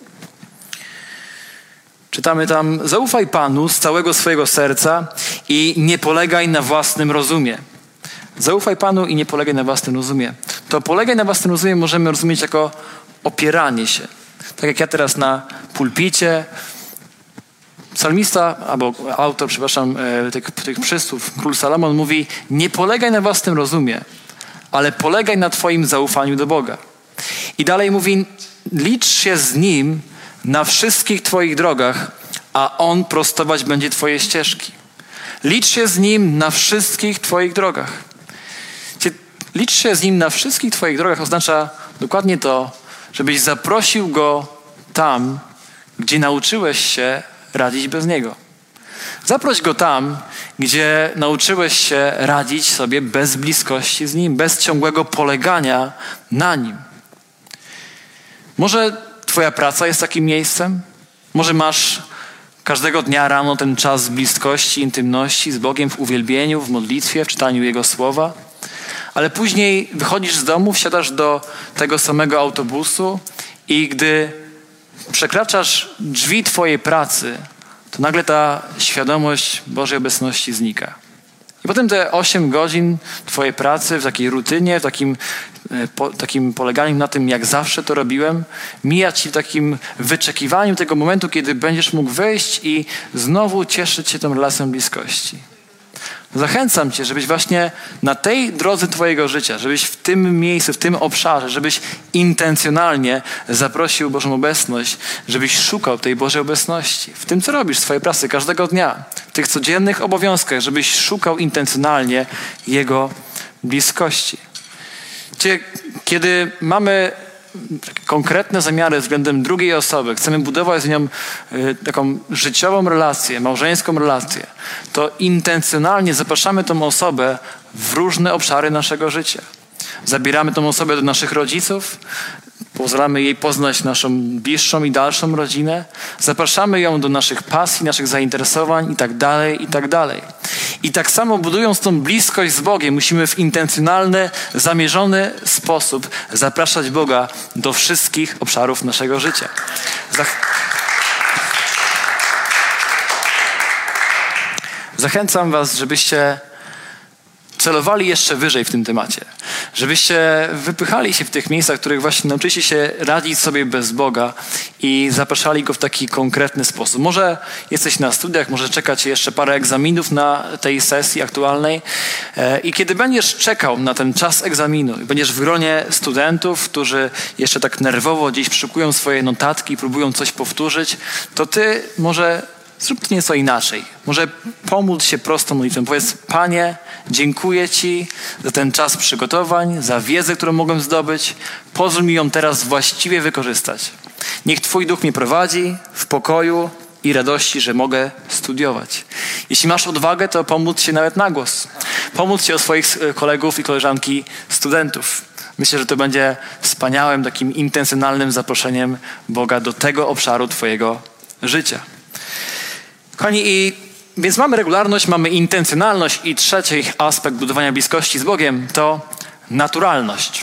Czytamy tam: zaufaj Panu z całego swojego serca i nie polegaj na własnym rozumie. Zaufaj Panu i nie polegaj na własnym rozumie. To polegaj na własnym rozumie możemy rozumieć jako opieranie się. Tak jak ja teraz na pulpicie, psalmista, albo autor, przepraszam, tych, tych przysłów, król Salomon mówi: nie polegaj na własnym rozumie, ale polegaj na twoim zaufaniu do Boga. I dalej mówi: licz się z Nim na wszystkich twoich drogach, a On prostować będzie twoje ścieżki. Licz się z Nim na wszystkich twoich drogach. Licz się z Nim na wszystkich twoich drogach oznacza dokładnie to, żebyś zaprosił Go tam, gdzie nauczyłeś się radzić bez Niego. Zaproś Go tam, gdzie nauczyłeś się radzić sobie bez bliskości z Nim, bez ciągłego polegania na Nim. Może twoja praca jest takim miejscem? Może masz każdego dnia rano ten czas bliskości, intymności z Bogiem w uwielbieniu, w modlitwie, w czytaniu Jego Słowa? Ale później wychodzisz z domu, wsiadasz do tego samego autobusu i gdy przekraczasz drzwi twojej pracy, to nagle ta świadomość Bożej obecności znika. I potem te osiem godzin twojej pracy w takiej rutynie, w takim, po, takim poleganiu na tym, jak zawsze to robiłem, mija ci w takim wyczekiwaniu tego momentu, kiedy będziesz mógł wyjść i znowu cieszyć się tą relacją bliskości. Zachęcam cię, żebyś właśnie na tej drodze twojego życia, żebyś w tym miejscu, w tym obszarze, żebyś intencjonalnie zaprosił Bożą obecność, żebyś szukał tej Bożej obecności. W tym, co robisz w swojej pracy każdego dnia, w tych codziennych obowiązkach, żebyś szukał intencjonalnie Jego bliskości. Kiedy mamy konkretne zamiary względem drugiej osoby, chcemy budować z nią y, taką życiową relację, małżeńską relację, to intencjonalnie zapraszamy tą osobę w różne obszary naszego życia. Zabieramy tą osobę do naszych rodziców, pozwalamy jej poznać naszą bliższą i dalszą rodzinę, zapraszamy ją do naszych pasji, naszych zainteresowań i tak dalej, i tak dalej. I tak samo budując tą bliskość z Bogiem, musimy w intencjonalny, zamierzony sposób zapraszać Boga do wszystkich obszarów naszego życia. Zach- Zachęcam was, żebyście celowali jeszcze wyżej w tym temacie. Żebyście wypychali się w tych miejscach, w których właśnie nauczyliście się radzić sobie bez Boga i zapraszali Go w taki konkretny sposób. Może jesteś na studiach, może czeka cię jeszcze parę egzaminów na tej sesji aktualnej i kiedy będziesz czekał na ten czas egzaminu i będziesz w gronie studentów, którzy jeszcze tak nerwowo gdzieś przyszukują swoje notatki i próbują coś powtórzyć, to ty może zrób to nieco inaczej. Może pomóc się prostą modlitwą. Powiedz: Panie, dziękuję Ci za ten czas przygotowań, za wiedzę, którą mogłem zdobyć. Pozwól mi ją teraz właściwie wykorzystać. Niech Twój Duch mnie prowadzi w pokoju i radości, że mogę studiować. Jeśli masz odwagę, to pomóc się nawet na głos. Pomóc się o swoich kolegów i koleżanki studentów. Myślę, że to będzie wspaniałym, takim intencjonalnym zaproszeniem Boga do tego obszaru Twojego życia. Kochani, i więc mamy regularność, mamy intencjonalność i trzeci aspekt budowania bliskości z Bogiem to naturalność.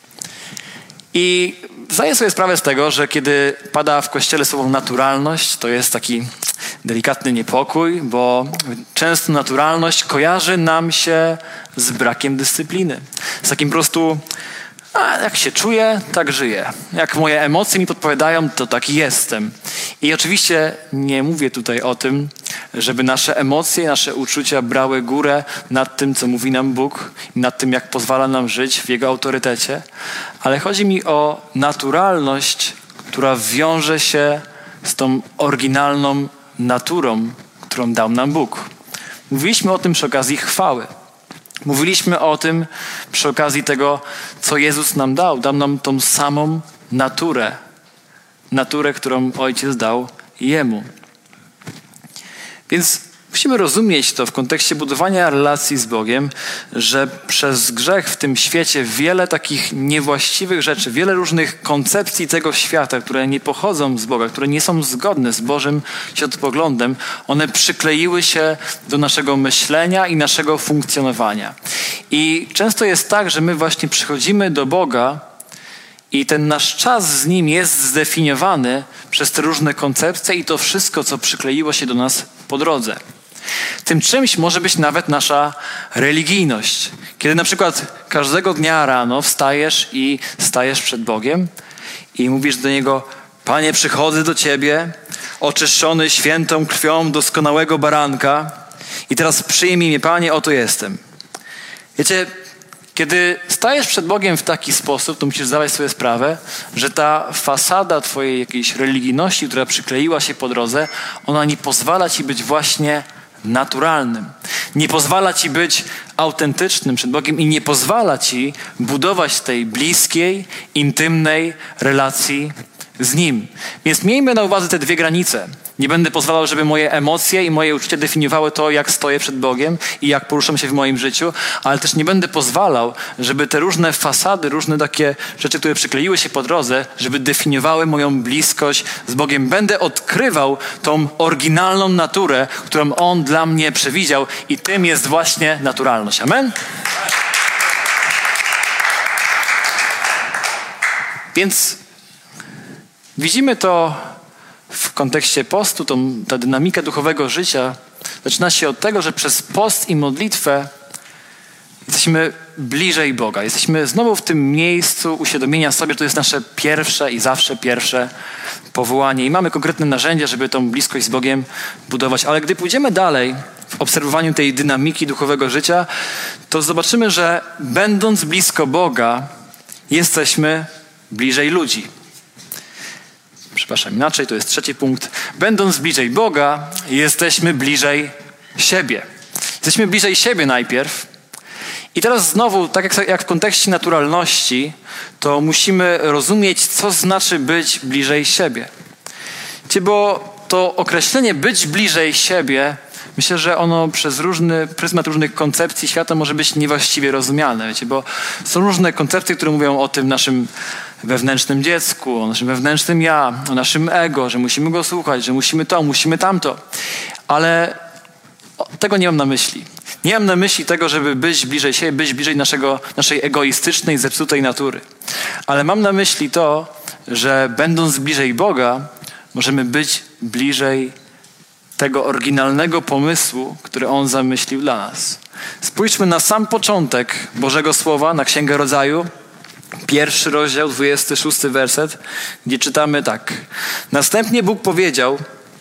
I zdaję sobie sprawę z tego, że kiedy pada w Kościele słowo naturalność, to jest taki delikatny niepokój, bo często naturalność kojarzy nam się z brakiem dyscypliny. Z takim po prostu, a jak się czuję, tak żyję. Jak moje emocje mi podpowiadają, to taki jestem. I oczywiście nie mówię tutaj o tym, żeby nasze emocje, nasze uczucia brały górę nad tym, co mówi nam Bóg, nad tym, jak pozwala nam żyć w Jego autorytecie, ale chodzi mi o naturalność, która wiąże się z tą oryginalną naturą, którą dał nam Bóg. Mówiliśmy o tym przy okazji chwały. Mówiliśmy o tym przy okazji tego, co Jezus nam dał. Dał nam tą samą naturę. Naturę, którą Ojciec dał Jemu. Więc musimy rozumieć to w kontekście budowania relacji z Bogiem, że przez grzech w tym świecie wiele takich niewłaściwych rzeczy, wiele różnych koncepcji tego świata, które nie pochodzą z Boga, które nie są zgodne z Bożym światopoglądem, one przykleiły się do naszego myślenia i naszego funkcjonowania. I często jest tak, że my właśnie przychodzimy do Boga i ten nasz czas z Nim jest zdefiniowany przez te różne koncepcje i to wszystko, co przykleiło się do nas po drodze. Tym czymś może być nawet nasza religijność. Kiedy na przykład każdego dnia rano wstajesz i stajesz przed Bogiem i mówisz do Niego: Panie, przychodzę do Ciebie, oczyszczony świętą krwią doskonałego baranka i teraz przyjmij mnie, Panie, oto jestem. Wiecie, kiedy stajesz przed Bogiem w taki sposób, to musisz zdawać sobie sprawę, że ta fasada twojej jakiejś religijności, która przykleiła się po drodze, ona nie pozwala ci być właśnie naturalnym. Nie pozwala ci być autentycznym przed Bogiem i nie pozwala ci budować tej bliskiej, intymnej relacji z Nim. Więc miejmy na uwadze te dwie granice. Nie będę pozwalał, żeby moje emocje i moje uczucia definiowały to, jak stoję przed Bogiem i jak poruszam się w moim życiu, ale też nie będę pozwalał, żeby te różne fasady, różne takie rzeczy, które przykleiły się po drodze, żeby definiowały moją bliskość z Bogiem. Będę odkrywał tą oryginalną naturę, którą On dla mnie przewidział i tym jest właśnie naturalność. Amen? Więc widzimy to w kontekście postu, tą, ta dynamika duchowego życia zaczyna się od tego, że przez post i modlitwę jesteśmy bliżej Boga. Jesteśmy znowu w tym miejscu uświadomienia sobie, że to jest nasze pierwsze i zawsze pierwsze powołanie. I mamy konkretne narzędzia, żeby tą bliskość z Bogiem budować. Ale gdy pójdziemy dalej w obserwowaniu tej dynamiki duchowego życia, to zobaczymy, że będąc blisko Boga, jesteśmy bliżej ludzi. Przepraszam, inaczej, to jest trzeci punkt. Będąc bliżej Boga, jesteśmy bliżej siebie. Jesteśmy bliżej siebie najpierw. I teraz znowu, tak jak, jak w kontekście naturalności, to musimy rozumieć, co znaczy być bliżej siebie. Wiecie, bo to określenie być bliżej siebie, myślę, że ono przez różny pryzmat różnych koncepcji świata może być niewłaściwie rozumiane. Wiecie, bo są różne koncepcje, które mówią o tym naszym wewnętrznym dziecku, o naszym wewnętrznym ja, o naszym ego, że musimy go słuchać, że musimy to, musimy tamto. Ale tego nie mam na myśli. Nie mam na myśli tego, żeby być bliżej siebie, być bliżej naszego, naszej egoistycznej, zepsutej natury. Ale mam na myśli to, że będąc bliżej Boga, możemy być bliżej tego oryginalnego pomysłu, który On zamyślił dla nas. Spójrzmy na sam początek Bożego Słowa, na Księgę Rodzaju, pierwszy rozdział, dwudziesty szósty werset, gdzie czytamy tak. Następnie Bóg powiedział,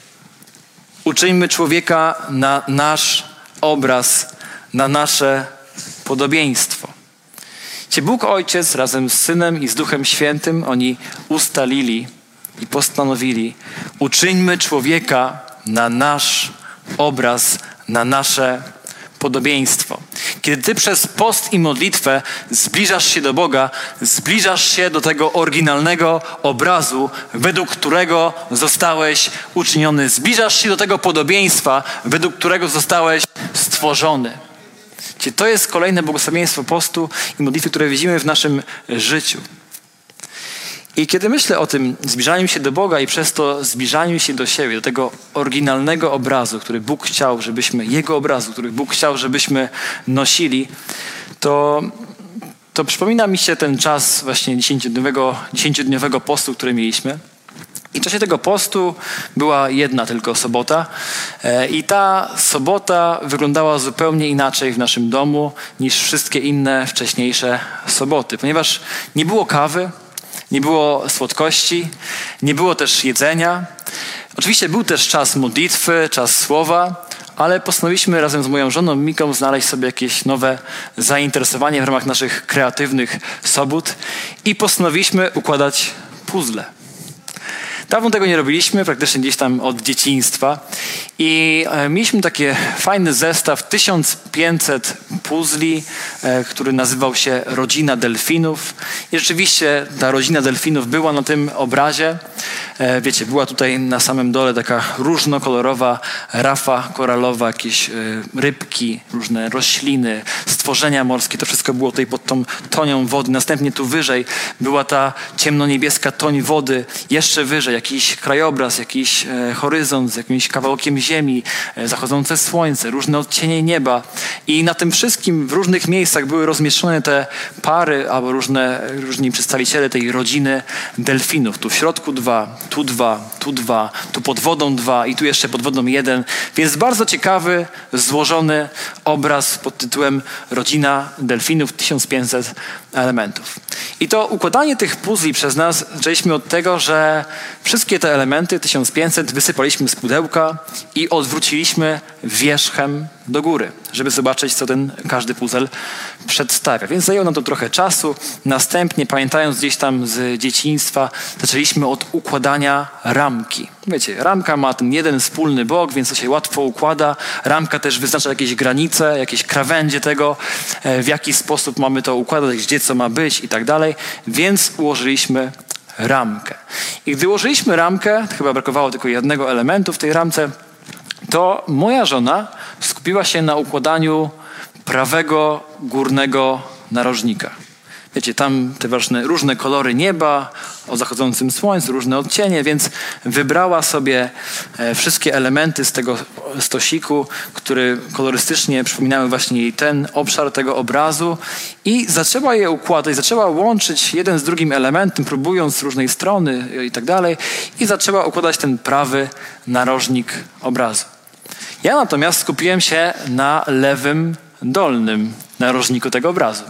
uczyńmy człowieka na nasz obraz, na nasze podobieństwo. Gdzie Bóg Ojciec razem z Synem i z Duchem Świętym, oni ustalili i postanowili, uczyńmy człowieka na nasz obraz, na nasze podobieństwo. Kiedy ty przez post i modlitwę zbliżasz się do Boga, zbliżasz się do tego oryginalnego obrazu, według którego zostałeś uczyniony. Zbliżasz się do tego podobieństwa, według którego zostałeś stworzony. Czyli to jest kolejne błogosławieństwo postu i modlitwy, które widzimy w naszym życiu. I kiedy myślę o tym zbliżaniu się do Boga i przez to zbliżaniu się do siebie, do tego oryginalnego obrazu, który Bóg chciał, żebyśmy, Jego obrazu, który Bóg chciał, żebyśmy nosili, to, to przypomina mi się ten czas właśnie dziesięciodniowego, dziesięciodniowego postu, który mieliśmy. I w czasie tego postu była jedna tylko sobota i ta sobota wyglądała zupełnie inaczej w naszym domu niż wszystkie inne wcześniejsze soboty, ponieważ nie było kawy, nie było słodkości, nie było też jedzenia. Oczywiście był też czas modlitwy, czas słowa, ale postanowiliśmy razem z moją żoną Miką znaleźć sobie jakieś nowe zainteresowanie w ramach naszych kreatywnych sobót i postanowiliśmy układać puzzle. Dawno tego nie robiliśmy, praktycznie gdzieś tam od dzieciństwa i e, mieliśmy taki fajny zestaw, tysiąc pięćset puzli, e, który nazywał się Rodzina Delfinów i rzeczywiście ta Rodzina Delfinów była na tym obrazie. E, wiecie, była tutaj na samym dole taka różnokolorowa rafa koralowa, jakieś e, rybki, różne rośliny, stworzenia morskie, to wszystko było tutaj pod tą tonią wody. Następnie tu wyżej była ta ciemnoniebieska toń wody, jeszcze wyżej jakiś krajobraz, jakiś e, horyzont z jakimś kawałkiem ziemi, e, zachodzące słońce, różne odcienie nieba. I na tym wszystkim w różnych miejscach były rozmieszczone te pary albo różne, różni przedstawiciele tej rodziny delfinów. Tu w środku dwa, tu dwa, tu dwa, tu pod wodą dwa i tu jeszcze pod wodą jeden. Więc bardzo ciekawy, złożony obraz pod tytułem Rodzina Delfinów, tysiąc pięćset elementów. I to układanie tych puzli przez nas zaczęliśmy od tego, że wszystkie te elementy, tysiąc pięćset, wysypaliśmy z pudełka i odwróciliśmy wierzchem do góry, żeby zobaczyć, co ten każdy puzzle przedstawia. Więc zajęło nam to trochę czasu. Następnie, pamiętając gdzieś tam z dzieciństwa, zaczęliśmy od układania ramki. Wiecie, ramka ma ten jeden wspólny bok, więc to się łatwo układa. Ramka też wyznacza jakieś granice, jakieś krawędzie tego, w jaki sposób mamy to układać, gdzie co ma być i tak dalej. Więc ułożyliśmy ramkę. I gdy ułożyliśmy ramkę, chyba brakowało tylko jednego elementu w tej ramce, to moja żona skupiła się na układaniu prawego górnego narożnika. Wiecie, tam te ważne różne kolory nieba, o zachodzącym słońcu, różne odcienie, więc wybrała sobie e, wszystkie elementy z tego stosiku, które kolorystycznie przypominały właśnie jej ten obszar tego obrazu i zaczęła je układać, zaczęła łączyć jeden z drugim elementem, próbując z różnej strony i tak dalej i zaczęła układać ten prawy narożnik obrazu. Ja natomiast skupiłem się na lewym dolnym narożniku tego obrazu.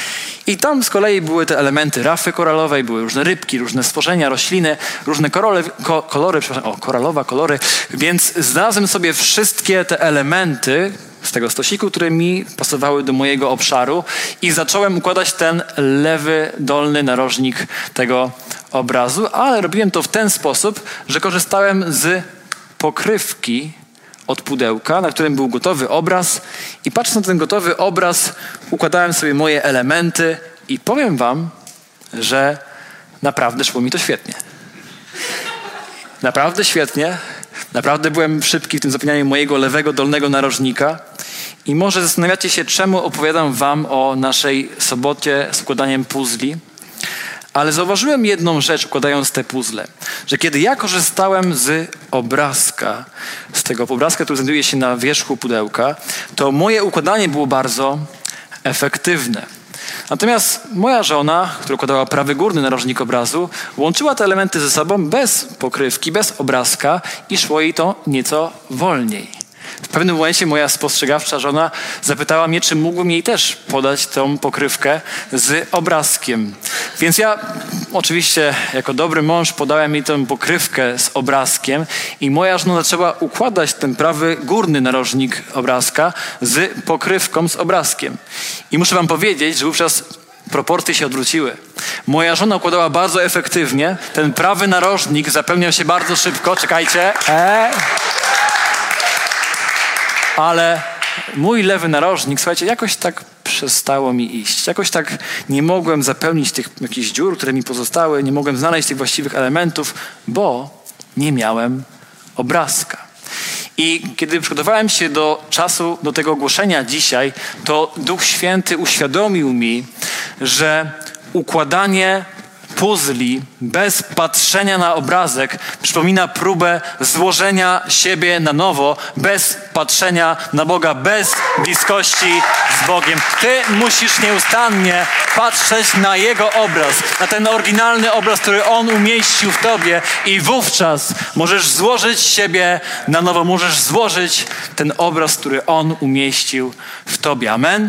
I tam z kolei były te elementy rafy koralowej, były różne rybki, różne stworzenia, rośliny, różne kolory, ko, kolory, przepraszam, o, koralowa, kolory, więc znalazłem sobie wszystkie te elementy z tego stosiku, które mi pasowały do mojego obszaru i zacząłem układać ten lewy dolny narożnik tego obrazu, ale robiłem to w ten sposób, że korzystałem z pokrywki od pudełka, na którym był gotowy obraz i patrząc na ten gotowy obraz układałem sobie moje elementy i powiem wam, że naprawdę szło mi to świetnie. Naprawdę świetnie. Naprawdę byłem szybki w tym zapinaniu mojego lewego dolnego narożnika i może zastanawiacie się, czemu opowiadam wam o naszej sobocie z układaniem puzli, Ale zauważyłem jedną rzecz, układając te puzzle, że kiedy ja korzystałem z obrazka, z tego obrazka, który znajduje się na wierzchu pudełka, to moje układanie było bardzo efektywne. Natomiast moja żona, która układała prawy górny narożnik obrazu, łączyła te elementy ze sobą bez pokrywki, bez obrazka i szło jej to nieco wolniej. W pewnym momencie moja spostrzegawcza żona zapytała mnie, czy mógłbym jej też podać tą pokrywkę z obrazkiem. Więc ja oczywiście jako dobry mąż podałem jej tę pokrywkę z obrazkiem i moja żona zaczęła układać ten prawy górny narożnik obrazka z pokrywką z obrazkiem. I muszę wam powiedzieć, że wówczas proporcje się odwróciły. Moja żona układała bardzo efektywnie, ten prawy narożnik zapełniał się bardzo szybko. Czekajcie. Eee. Ale mój lewy narożnik, słuchajcie, jakoś tak przestało mi iść. Jakoś tak nie mogłem zapełnić tych jakichś dziur, które mi pozostały, nie mogłem znaleźć tych właściwych elementów, bo nie miałem obrazka. I kiedy przygotowałem się do czasu, do tego ogłoszenia dzisiaj, to Duch Święty uświadomił mi, że układanie puzli bez patrzenia na obrazek przypomina próbę złożenia siebie na nowo, bez patrzenia na Boga, bez bliskości z Bogiem. Ty musisz nieustannie patrzeć na Jego obraz, na ten oryginalny obraz, który On umieścił w tobie i wówczas możesz złożyć siebie na nowo, możesz złożyć ten obraz, który On umieścił w tobie. Amen?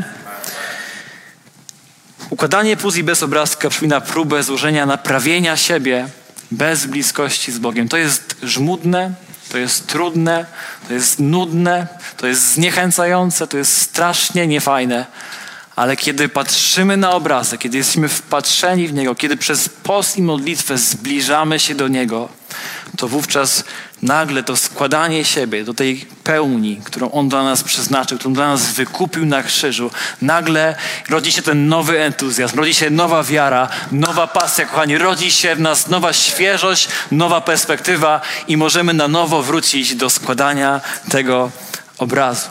Układanie puzli bez obrazka przypomina próbę złożenia, naprawienia siebie bez bliskości z Bogiem. To jest żmudne, to jest trudne, to jest nudne, to jest zniechęcające, to jest strasznie niefajne. Ale kiedy patrzymy na obrazek, kiedy jesteśmy wpatrzeni w Niego, kiedy przez post i modlitwę zbliżamy się do Niego, to wówczas nagle to składanie siebie do tej pełni, którą On dla nas przeznaczył, którą dla nas wykupił na krzyżu, nagle rodzi się ten nowy entuzjazm, rodzi się nowa wiara, nowa pasja, kochani, rodzi się w nas nowa świeżość, nowa perspektywa i możemy na nowo wrócić do składania tego obrazu.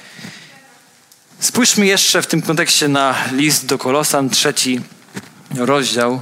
Spójrzmy jeszcze w tym kontekście na list do Kolosan, trzeci rozdział,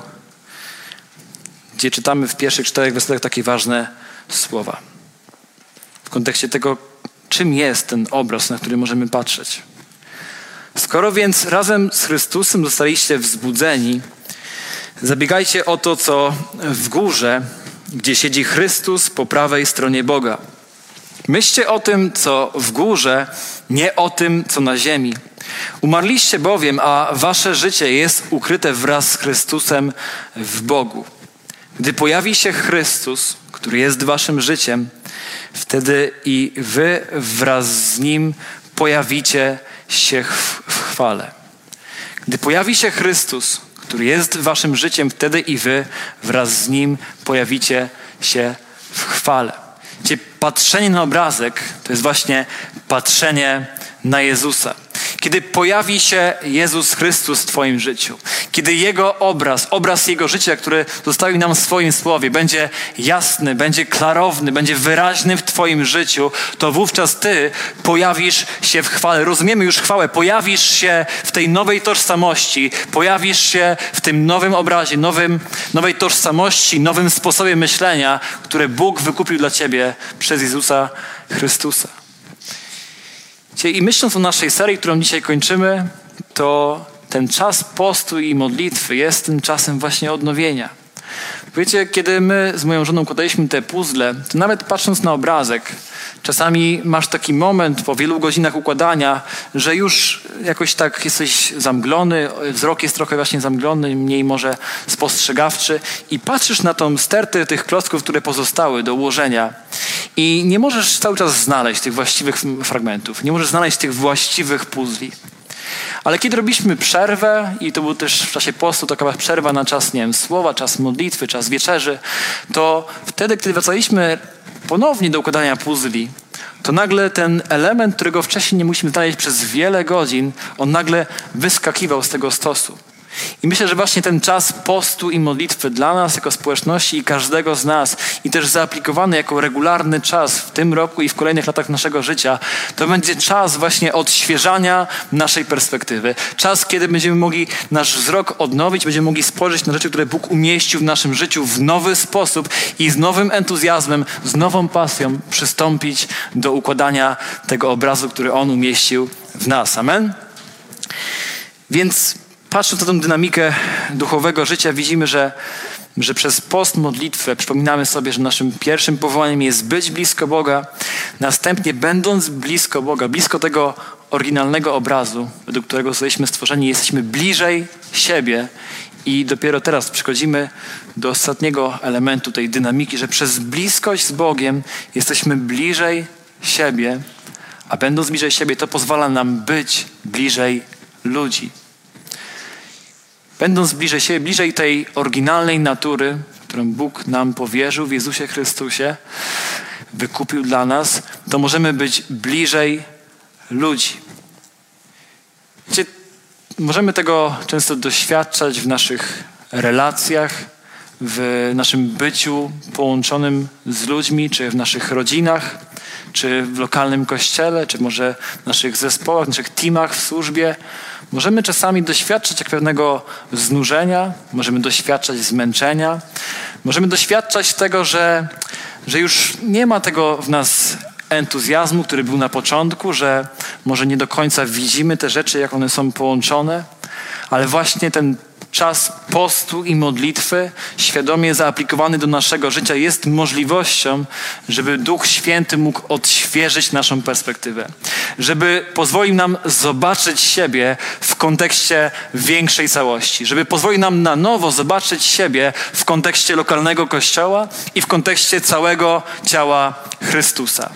gdzie czytamy w pierwszych czterech wersetach takie ważne słowa. W kontekście tego, czym jest ten obraz, na który możemy patrzeć. Skoro więc razem z Chrystusem zostaliście wzbudzeni, zabiegajcie o to, co w górze, gdzie siedzi Chrystus po prawej stronie Boga. Myślcie o tym, co w górze, nie o tym, co na ziemi. Umarliście bowiem, a wasze życie jest ukryte wraz z Chrystusem w Bogu. Gdy pojawi się Chrystus, który jest waszym życiem, wtedy i wy wraz z Nim pojawicie się w chwale. Gdy pojawi się Chrystus, który jest waszym życiem, wtedy i wy wraz z Nim pojawicie się w chwale. Gdzie patrzenie na obrazek to jest właśnie patrzenie na Jezusa. Kiedy pojawi się Jezus Chrystus w twoim życiu, kiedy Jego obraz, obraz Jego życia, który zostawił nam w swoim słowie, będzie jasny, będzie klarowny, będzie wyraźny w twoim życiu, to wówczas ty pojawisz się w chwale. Rozumiemy już chwałę. Pojawisz się w tej nowej tożsamości, pojawisz się w tym nowym obrazie, nowym, nowej tożsamości, nowym sposobie myślenia, które Bóg wykupił dla ciebie przez Jezusa Chrystusa. I myśląc o naszej serii, którą dzisiaj kończymy, to ten czas postu i modlitwy jest tym czasem właśnie odnowienia. Wiecie, kiedy my z moją żoną układaliśmy te puzzle, to nawet patrząc na obrazek, czasami masz taki moment po wielu godzinach układania, że już jakoś tak jesteś zamglony, wzrok jest trochę właśnie zamglony, mniej może spostrzegawczy i patrzysz na tą stertę tych klocków, które pozostały do ułożenia i nie możesz cały czas znaleźć tych właściwych fragmentów, nie możesz znaleźć tych właściwych puzli. Ale kiedy robiliśmy przerwę i to był też w czasie postu taka przerwa na czas, nie wiem, słowa, czas modlitwy, czas wieczerzy, to wtedy, kiedy wracaliśmy ponownie do układania puzli, to nagle ten element, którego wcześniej nie musieliśmy znaleźć przez wiele godzin, on nagle wyskakiwał z tego stosu. I myślę, że właśnie ten czas postu i modlitwy dla nas jako społeczności i każdego z nas i też zaaplikowany jako regularny czas w tym roku i w kolejnych latach naszego życia, to będzie czas właśnie odświeżania naszej perspektywy. Czas, kiedy będziemy mogli nasz wzrok odnowić, będziemy mogli spojrzeć na rzeczy, które Bóg umieścił w naszym życiu w nowy sposób i z nowym entuzjazmem, z nową pasją przystąpić do układania tego obrazu, który On umieścił w nas. Amen? Więc patrząc na tę dynamikę duchowego życia, widzimy, że, że przez post, modlitwę przypominamy sobie, że naszym pierwszym powołaniem jest być blisko Boga. Następnie, będąc blisko Boga, blisko tego oryginalnego obrazu, według którego zostaliśmy stworzeni, jesteśmy bliżej siebie. I dopiero teraz przechodzimy do ostatniego elementu tej dynamiki, że przez bliskość z Bogiem jesteśmy bliżej siebie, a będąc bliżej siebie, to pozwala nam być bliżej ludzi. Będąc bliżej siebie, bliżej tej oryginalnej natury, którą Bóg nam powierzył w Jezusie Chrystusie, wykupił dla nas, to możemy być bliżej ludzi. Wiecie, możemy tego często doświadczać w naszych relacjach, w naszym byciu połączonym z ludźmi, czy w naszych rodzinach, czy w lokalnym kościele, czy może w naszych zespołach, w naszych teamach w służbie. Możemy czasami doświadczać jak pewnego znużenia, możemy doświadczać zmęczenia, możemy doświadczać tego, że, że już nie ma tego w nas entuzjazmu, który był na początku, że może nie do końca widzimy te rzeczy, jak one są połączone, ale właśnie ten czas postu i modlitwy, świadomie zaaplikowany do naszego życia, jest możliwością, żeby Duch Święty mógł odświeżyć naszą perspektywę. Żeby pozwolił nam zobaczyć siebie w kontekście większej całości. Żeby pozwolił nam na nowo zobaczyć siebie w kontekście lokalnego kościoła i w kontekście całego ciała Chrystusa.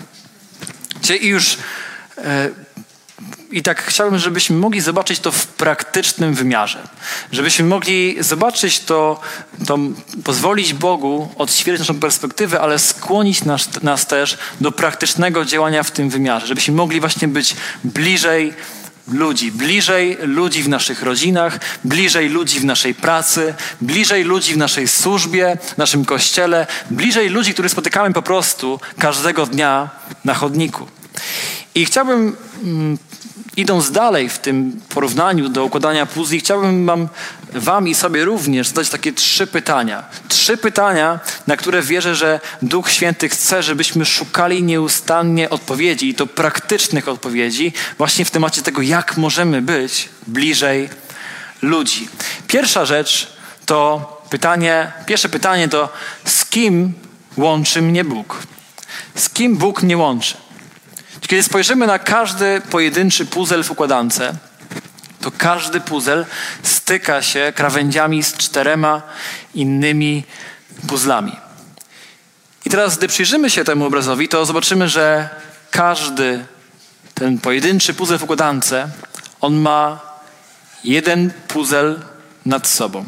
I już... E, I tak chciałbym, żebyśmy mogli zobaczyć to w praktycznym wymiarze. Żebyśmy mogli zobaczyć to, to pozwolić Bogu odświeżyć naszą perspektywę, ale skłonić nas, nas też do praktycznego działania w tym wymiarze. Żebyśmy mogli właśnie być bliżej ludzi. Bliżej ludzi w naszych rodzinach, bliżej ludzi w naszej pracy, bliżej ludzi w naszej służbie, w naszym kościele, bliżej ludzi, których spotykamy po prostu każdego dnia na chodniku. I chciałbym... Mm, Idąc dalej w tym porównaniu do układania puzli, chciałbym wam, wam i sobie również zadać takie trzy pytania. Trzy pytania, na które wierzę, że Duch Święty chce, żebyśmy szukali nieustannie odpowiedzi, i to praktycznych odpowiedzi, właśnie w temacie tego, jak możemy być bliżej ludzi. Pierwsza rzecz to pytanie, pierwsze pytanie to, z kim łączy mnie Bóg? Z kim Bóg mnie łączy? Kiedy spojrzymy na każdy pojedynczy puzzle w układance, to każdy puzzle styka się krawędziami z czterema innymi puzzlami. I teraz, gdy przyjrzymy się temu obrazowi, to zobaczymy, że każdy ten pojedynczy puzzle w układance, on ma jeden puzzle nad sobą.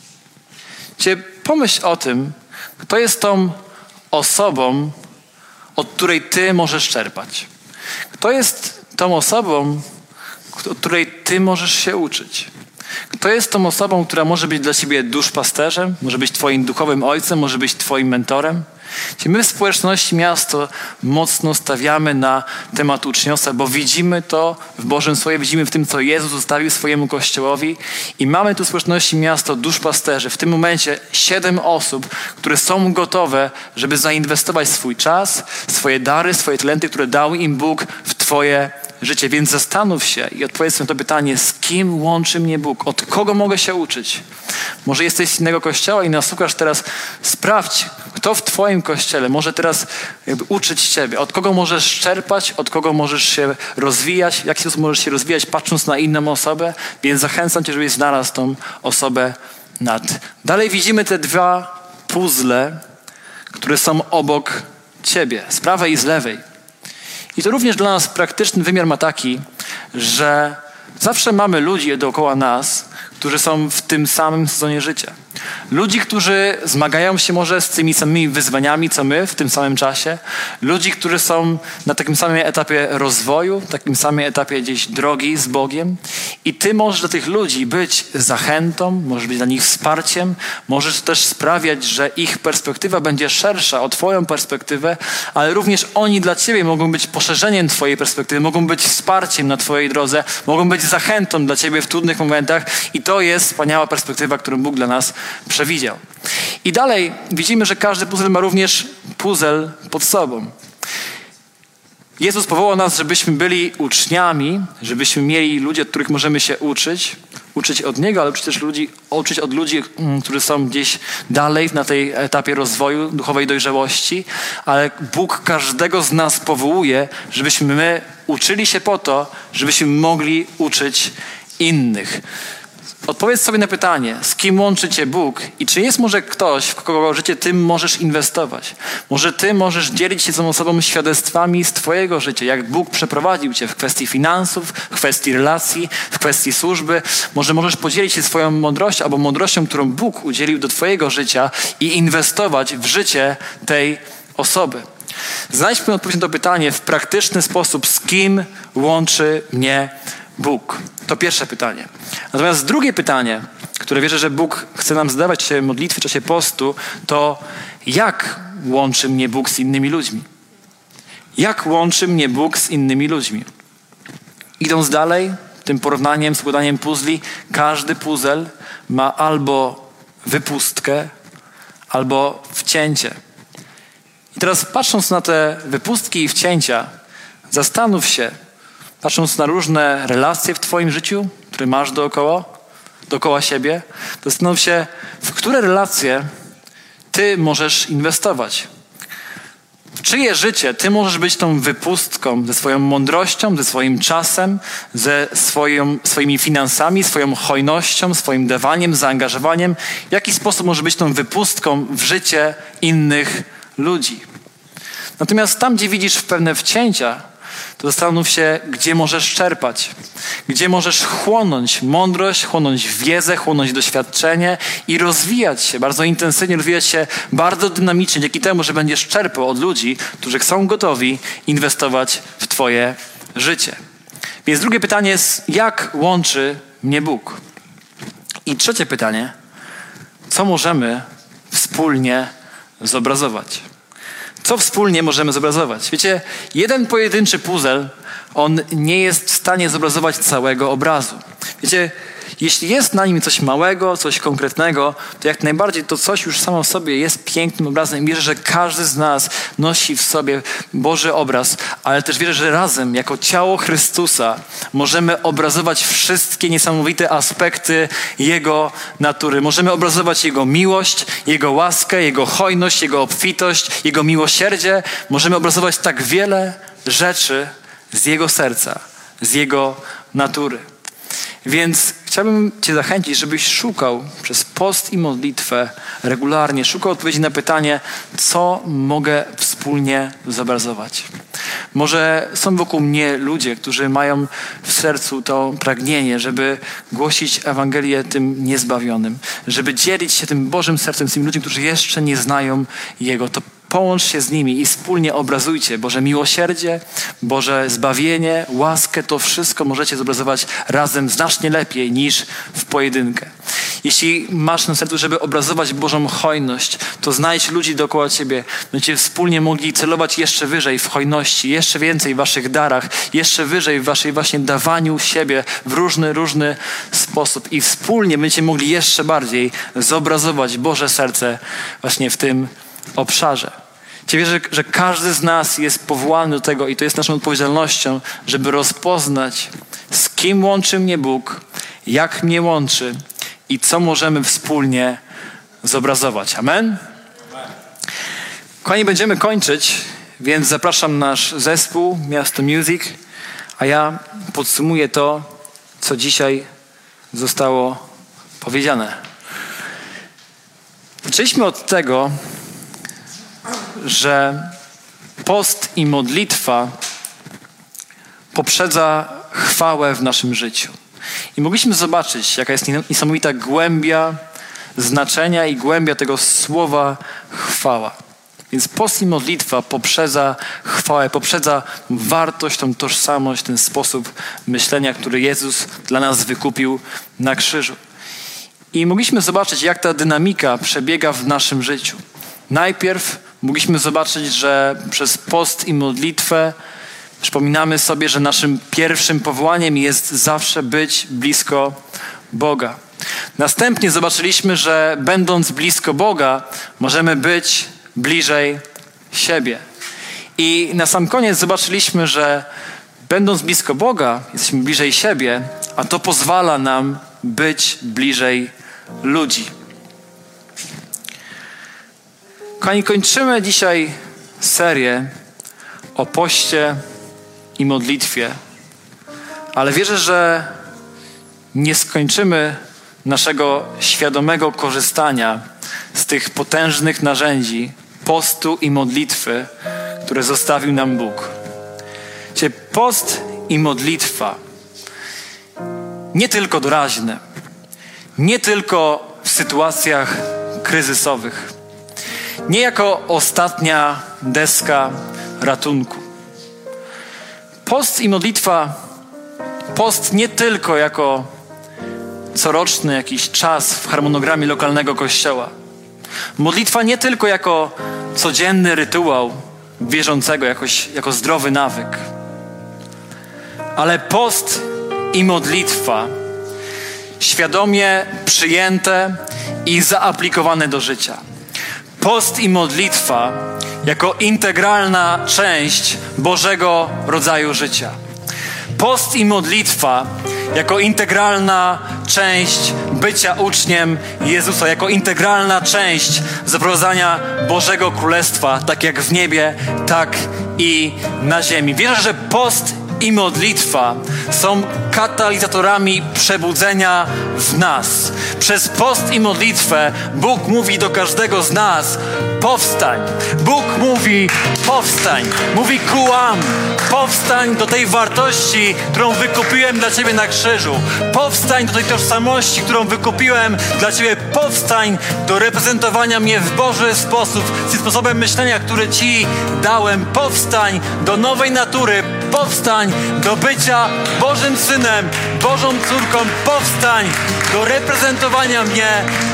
Cię pomyśl o tym, kto jest tą osobą, od której ty możesz czerpać. Kto jest tą osobą, od której ty możesz się uczyć? Kto jest tą osobą, która może być dla ciebie duszpasterzem, może być twoim duchowym ojcem, może być twoim mentorem? My w społeczności Miasto mocno stawiamy na temat uczniostwa, bo widzimy to w Bożym Słowie, widzimy w tym, co Jezus zostawił swojemu Kościołowi, i mamy tu w społeczności Miasto duszpasterzy. W tym momencie siedem osób, które są gotowe, żeby zainwestować swój czas, swoje dary, swoje talenty, które dał im Bóg w twoje życie. Więc zastanów się i odpowiedz sobie na to pytanie, z kim łączy mnie Bóg? Od kogo mogę się uczyć? Może jesteś z innego kościoła i nas słuchasz teraz. Sprawdź, kto w twoim kościele może teraz jakby uczyć ciebie. Od kogo możesz czerpać, od kogo możesz się rozwijać, w jaki sposób możesz się rozwijać, patrząc na inną osobę. Więc zachęcam cię, żebyś znalazł tą osobę nad. Dalej widzimy te dwa puzzle, które są obok ciebie, z prawej i z lewej. I to również dla nas praktyczny wymiar ma taki, że zawsze mamy ludzi dookoła nas, którzy są w tym samym sezonie życia. Ludzi, którzy zmagają się może z tymi samymi wyzwaniami, co my w tym samym czasie. Ludzi, którzy są na takim samym etapie rozwoju, takim samym etapie gdzieś drogi z Bogiem. I ty możesz dla tych ludzi być zachętą, możesz być dla nich wsparciem, możesz też sprawiać, że ich perspektywa będzie szersza o twoją perspektywę, ale również oni dla ciebie mogą być poszerzeniem twojej perspektywy, mogą być wsparciem na twojej drodze, mogą być zachętą dla ciebie w trudnych momentach i to jest wspaniała perspektywa, którą Bóg dla nas przewidział. I dalej widzimy, że każdy puzzle ma również puzzle pod sobą. Jezus powołał nas, żebyśmy byli uczniami, żebyśmy mieli ludzi, od których możemy się uczyć, uczyć od Niego, ale uczyć też ludzi, uczyć od ludzi, którzy są gdzieś dalej na tej etapie rozwoju, duchowej dojrzałości, ale Bóg każdego z nas powołuje, żebyśmy my uczyli się po to, żebyśmy mogli uczyć innych. Odpowiedz sobie na pytanie, z kim łączy cię Bóg i czy jest może ktoś, w kogo życie ty możesz inwestować. Może ty możesz dzielić się z tą osobą świadectwami z twojego życia, jak Bóg przeprowadził cię w kwestii finansów, w kwestii relacji, w kwestii służby. Może możesz podzielić się swoją mądrością albo mądrością, którą Bóg udzielił do twojego życia i inwestować w życie tej osoby. Znajdźmy odpowiedź na to pytanie w praktyczny sposób, z kim łączy mnie Bóg. To pierwsze pytanie. Natomiast drugie pytanie, które wierzę, że Bóg chce nam zadawać w czasie modlitwy, w czasie postu, to jak łączy mnie Bóg z innymi ludźmi? Jak łączy mnie Bóg z innymi ludźmi? Idąc dalej, tym porównaniem, składaniem puzli, każdy puzzle ma albo wypustkę, albo wcięcie. I teraz patrząc na te wypustki i wcięcia, zastanów się, patrząc na różne relacje w twoim życiu, które masz dookoła, dookoła siebie, zastanów się, w które relacje ty możesz inwestować. W czyje życie ty możesz być tą wypustką ze swoją mądrością, ze swoim czasem, ze swoją, swoimi finansami, swoją hojnością, swoim dawaniem, zaangażowaniem. W jaki sposób możesz być tą wypustką w życie innych ludzi. Natomiast tam, gdzie widzisz pewne wcięcia, to zastanów się, gdzie możesz czerpać, gdzie możesz chłonąć mądrość, chłonąć wiedzę, chłonąć doświadczenie i rozwijać się, bardzo intensywnie rozwijać się, bardzo dynamicznie, dzięki temu, że będziesz czerpał od ludzi, którzy są gotowi inwestować w twoje życie. Więc drugie pytanie jest, jak łączy mnie Bóg? I trzecie pytanie, co możemy wspólnie zobrazować? Co wspólnie możemy zobrazować? Wiecie, jeden pojedynczy puzzle, on nie jest w stanie zobrazować całego obrazu. Wiecie, jeśli jest na nim coś małego, coś konkretnego, to jak najbardziej to coś już samo w sobie jest pięknym obrazem. Wierzę, że każdy z nas nosi w sobie Boży obraz, ale też wierzę, że razem, jako ciało Chrystusa, możemy obrazować wszystkie niesamowite aspekty Jego natury. Możemy obrazować Jego miłość, Jego łaskę, Jego hojność, Jego obfitość, Jego miłosierdzie. Możemy obrazować tak wiele rzeczy z Jego serca, z Jego natury. Więc chciałbym cię zachęcić, żebyś szukał przez post i modlitwę regularnie, szukał odpowiedzi na pytanie, co mogę wspólnie zobrazować. Może są wokół mnie ludzie, którzy mają w sercu to pragnienie, żeby głosić Ewangelię tym niezbawionym, żeby dzielić się tym Bożym sercem z tymi ludźmi, którzy jeszcze nie znają Jego. To połącz się z nimi i wspólnie obrazujcie Boże miłosierdzie, Boże zbawienie, łaskę. To wszystko możecie zobrazować razem znacznie lepiej niż w pojedynkę. Jeśli masz na sercu, żeby obrazować Bożą hojność, to znajdź ludzi dookoła ciebie. Będziecie wspólnie mogli celować jeszcze wyżej w hojności, jeszcze więcej w waszych darach, jeszcze wyżej w waszej właśnie dawaniu siebie w różny, różny sposób. I wspólnie będziecie mogli jeszcze bardziej zobrazować Boże serce właśnie w tym obszarze. Cię wierzę, że każdy z nas jest powołany do tego i to jest naszą odpowiedzialnością, żeby rozpoznać, z kim łączy mnie Bóg, jak mnie łączy i co możemy wspólnie zobrazować. Amen? Kochani, będziemy kończyć, więc zapraszam nasz zespół Miasto Music, a ja podsumuję to, co dzisiaj zostało powiedziane. Zaczęliśmy od tego, że post i modlitwa poprzedza chwałę w naszym życiu. I mogliśmy zobaczyć, jaka jest niesamowita głębia znaczenia i głębia tego słowa chwała. Więc post i modlitwa poprzedza chwałę, poprzedza wartość, tą tożsamość, ten sposób myślenia, który Jezus dla nas wykupił na krzyżu. I mogliśmy zobaczyć, jak ta dynamika przebiega w naszym życiu. Najpierw mogliśmy zobaczyć, że przez post i modlitwę przypominamy sobie, że naszym pierwszym powołaniem jest zawsze być blisko Boga. Następnie zobaczyliśmy, że będąc blisko Boga, możemy być bliżej siebie. I na sam koniec zobaczyliśmy, że będąc blisko Boga, jesteśmy bliżej siebie, a to pozwala nam być bliżej ludzi. Kochani, kończymy dzisiaj serię o poście i modlitwie, ale wierzę, że nie skończymy naszego świadomego korzystania z tych potężnych narzędzi postu i modlitwy, które zostawił nam Bóg. Czyli post i modlitwa nie tylko doraźne, nie tylko w sytuacjach kryzysowych, nie jako ostatnia deska ratunku. Post i modlitwa, post nie tylko jako coroczny jakiś czas w harmonogramie lokalnego kościoła. Modlitwa nie tylko jako codzienny rytuał wierzącego, jakoś, jako zdrowy nawyk. Ale post i modlitwa świadomie przyjęte i zaaplikowane do życia. Post i modlitwa jako integralna część Bożego rodzaju życia. Post i modlitwa jako integralna część bycia uczniem Jezusa, jako integralna część zaprowadzania Bożego Królestwa, tak jak w niebie, tak i na ziemi. Wierzę, że post i modlitwa są katalizatorami przebudzenia w nas. Przez post i modlitwę Bóg mówi do każdego z nas: powstań. Bóg mówi: powstań. Mówi: kułam. Powstań do tej wartości, którą wykupiłem dla Ciebie na krzyżu. Powstań do tej tożsamości, którą wykupiłem dla Ciebie. Powstań do reprezentowania mnie w Boży sposób, z sposobem myślenia, który Ci dałem. Powstań do nowej natury. Powstań do bycia Bożym Synem, Bożą córką. Powstań do reprezentowania mnie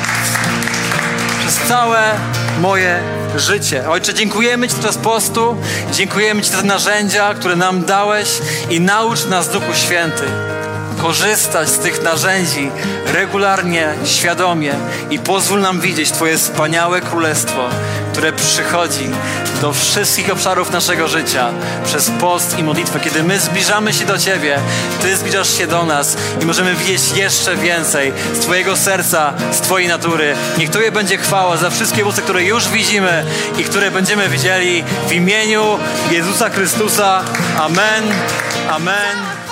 przez całe moje życie. Ojcze, dziękujemy Ci za postu, dziękujemy Ci za te narzędzia, które nam dałeś, i naucz nas, Duchu Święty, korzystać z tych narzędzi regularnie, świadomie, i pozwól nam widzieć Twoje wspaniałe królestwo, które przychodzi do wszystkich obszarów naszego życia przez post i modlitwę. Kiedy my zbliżamy się do Ciebie, Ty zbliżasz się do nas i możemy widzieć jeszcze więcej z Twojego serca, z Twojej natury. Niech Tobie będzie chwała za wszystkie owoce, które już widzimy i które będziemy widzieli, w imieniu Jezusa Chrystusa. Amen. Amen.